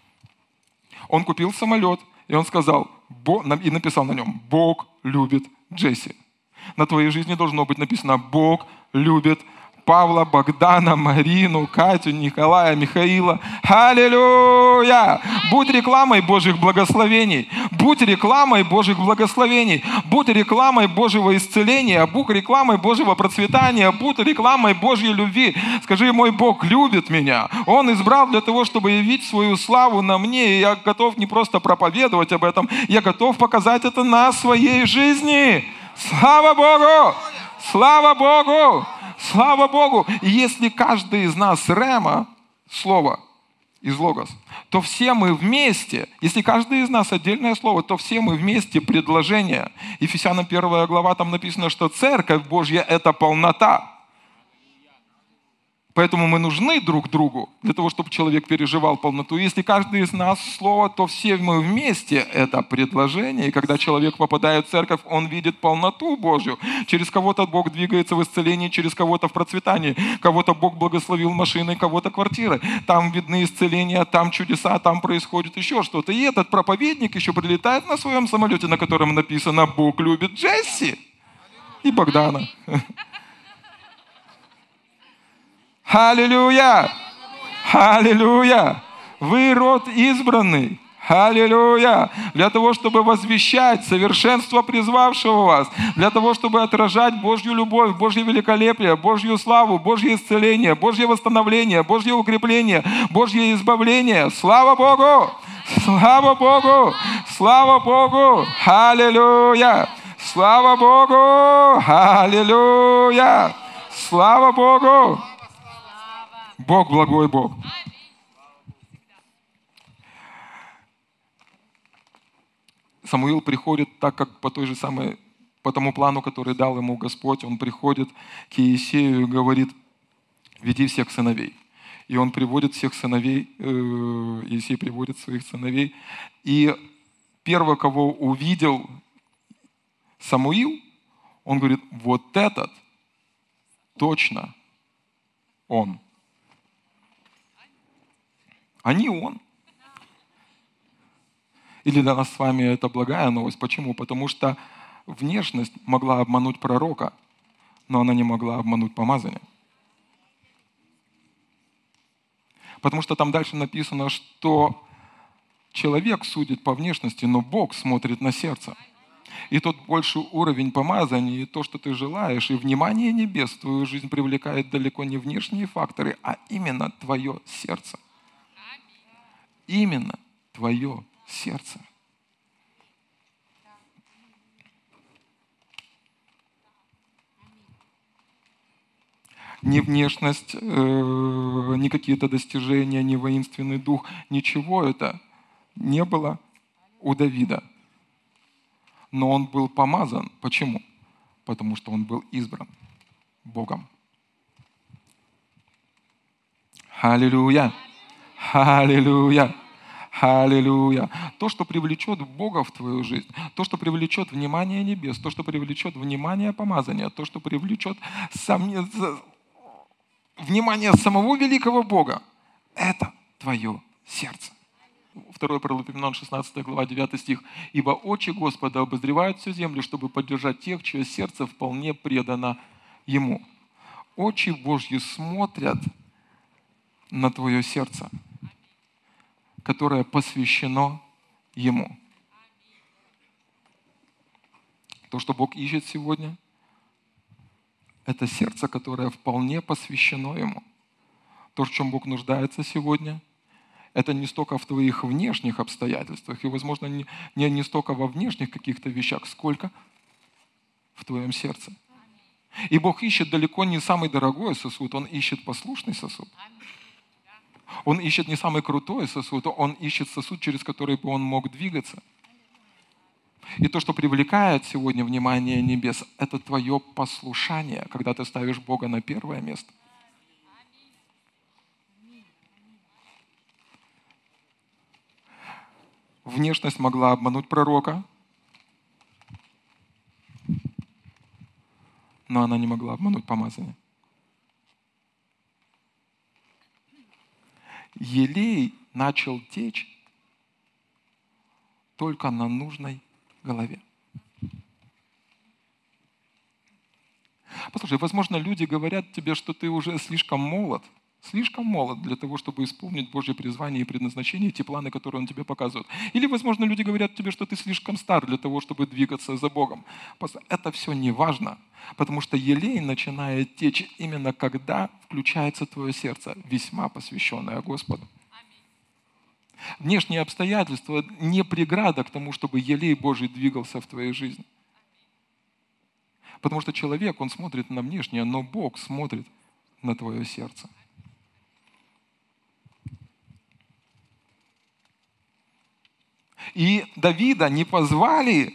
Он купил самолет, и он сказал, и написал на нем: «Бог любит Джесси». На твоей жизни должно быть написано: «Бог любит Павла, Богдана, Марину, Катю, Николая, Михаила». Аллилуйя! Будь рекламой Божьих благословений. Будь рекламой Божьих благословений. Будь рекламой Божьего исцеления. Будь рекламой Божьего процветания. Будь рекламой Божьей любви. Скажи: «Мой Бог любит меня. Он избрал для того, чтобы явить свою славу на мне. И я готов не просто проповедовать об этом, я готов показать это на своей жизни». Слава Богу! Слава Богу! Слава Богу! И если каждый из нас рема, слово из логос, то все мы вместе, если каждый из нас отдельное слово, то все мы вместе предложение. Ефесянам 1 глава, там написано, что Церковь Божья – это полнота. Поэтому мы нужны друг другу для того, чтобы человек переживал полноту. Если каждый из нас слово, то все мы вместе – это предложение. И когда человек попадает в церковь, он видит полноту Божью. Через кого-то Бог двигается в исцелении, через кого-то в процветании. Кого-то Бог благословил машиной, кого-то квартирой. Там видны исцеления, там чудеса, там происходит еще что-то. И этот проповедник еще прилетает на своем самолете, на котором написано: «Бог любит Джесси и Богдана». Аллилуйя! Аллилуйя! Вы род избранный. Аллилуйя! Для того, чтобы возвещать совершенство призвавшего вас, для того, чтобы отражать Божью любовь, Божье великолепие, Божью славу, Божье исцеление, Божье восстановление, Божье укрепление, Божье избавление. Слава Богу! Слава Богу! Слава Богу! Аллилуйя! Слава Богу! Аллилуйя! Слава Богу! Бог благой Бог. Самуил приходит, так как по тому плану, который дал ему Господь, он приходит к Иисею и говорит: «Веди всех сыновей». И он приводит всех сыновей, Иисей приводит своих сыновей. И первый, кого увидел Самуил, он говорит: «Вот этот точно он». А не он. И для нас с вами это благая новость. Почему? Потому что внешность могла обмануть пророка, но она не могла обмануть помазание. Потому что там дальше написано, что человек судит по внешности, но Бог смотрит на сердце. И тот больший уровень помазания, и то, что ты желаешь, и внимание небес в твою жизнь привлекает далеко не внешние факторы, а именно твое сердце. именно твое сердце. Ни внешность, ни какие-то достижения, ни воинственный дух, ничего это не было у Давида. Но он был помазан. Почему? Потому что он был избран Богом. Аллилуйя! Аллилуйя! Аллилуйя! То, что привлечет Бога в твою жизнь, то, что привлечет внимание небес, то, что привлечет внимание помазания, то, что привлечет внимание самого великого Бога, это твое сердце. 2 Паралипоменон, 16 глава, 9 стих. «Ибо очи Господа обозревают всю землю, чтобы поддержать тех, чье сердце вполне предано Ему». Очи Божьи смотрят на твое сердце, которое посвящено Ему. То, что Бог ищет сегодня, это сердце, которое вполне посвящено Ему. То, в чем Бог нуждается сегодня, это не столько в твоих внешних обстоятельствах, и, возможно, не столько во внешних каких-то вещах, сколько в твоем сердце. И Бог ищет далеко не самый дорогой сосуд, Он ищет послушный сосуд. Он ищет не самый крутой сосуд, Он ищет сосуд, через который бы Он мог двигаться. И то, что привлекает сегодня внимание небес, это твое послушание, когда ты ставишь Бога на первое место. Внешность могла обмануть пророка, но она не могла обмануть помазание. Елей начал течь только на нужной голове. Послушай, возможно, люди говорят тебе, что ты уже слишком молод для того, чтобы исполнить Божье призвание и предназначение, те планы, которые Он тебе показывает. Или, возможно, люди говорят тебе, что ты слишком стар для того, чтобы двигаться за Богом. Это все не важно, потому что елей начинает течь именно когда включается твое сердце, весьма посвященное Господу. Внешние обстоятельства не преграда к тому, чтобы елей Божий двигался в твоей жизни. Потому что человек, он смотрит на внешнее, но Бог смотрит на твое сердце. И Давида не позвали,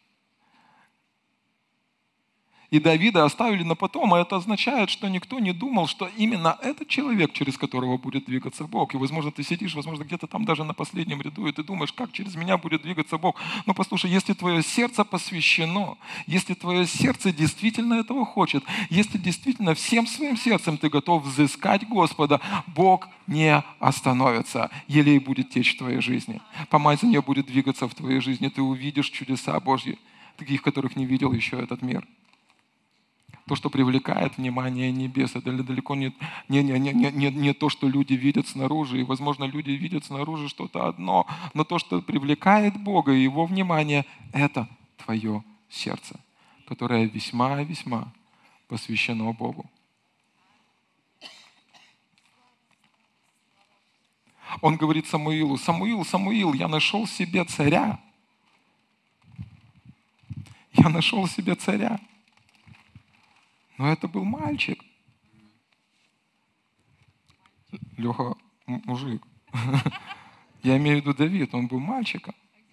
и Давида оставили на потом, а это означает, что никто не думал, что именно этот человек, через которого будет двигаться Бог. И, возможно, ты сидишь, возможно, где-то там даже на последнем ряду, и ты думаешь, как через меня будет двигаться Бог. Но послушай, если твое сердце посвящено, если твое сердце действительно этого хочет, если действительно всем своим сердцем ты готов взыскать Господа, Бог не остановится. Елей будет течь в твоей жизни. Помазание будет двигаться в твоей жизни. Ты увидишь чудеса Божьи, таких, которых не видел еще этот мир. То, что привлекает внимание небес, это далеко не то, что люди видят снаружи. И, возможно, люди видят снаружи что-то одно, но то, что привлекает Бога и Его внимание, это твое сердце, которое весьма-весьма посвящено Богу. Он говорит Самуилу: «Самуил, Самуил, я нашел себе царя». Я нашел себе царя. Но это был мальчик. Леха мужик. Я имею в виду Давид, он был мальчиком.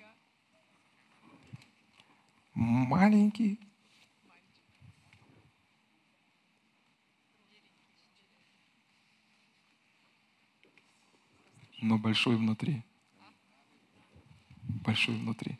Маленький. Но большой внутри. Большой внутри.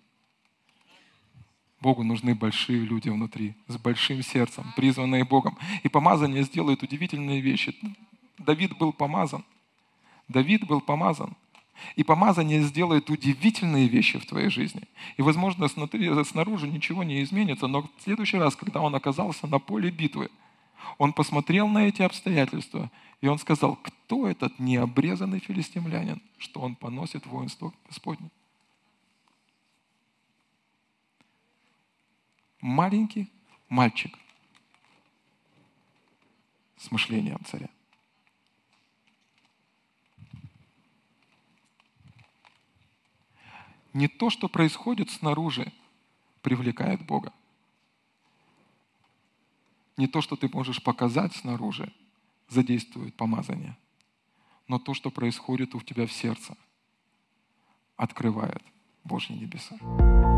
Богу нужны большие люди внутри, с большим сердцем, призванные Богом. И помазание сделает удивительные вещи. Давид был помазан. Давид был помазан. И помазание сделает удивительные вещи в твоей жизни. И, возможно, снаружи ничего не изменится, но в следующий раз, когда он оказался на поле битвы, он посмотрел на эти обстоятельства, и он сказал: кто этот необрезанный филистимлянин, что он поносит воинство Господне? Маленький мальчик с мышлением царя. Не то, что происходит снаружи, привлекает Бога. Не то, что ты можешь показать снаружи, задействует помазание. Но то, что происходит у тебя в сердце, открывает Божьи небеса.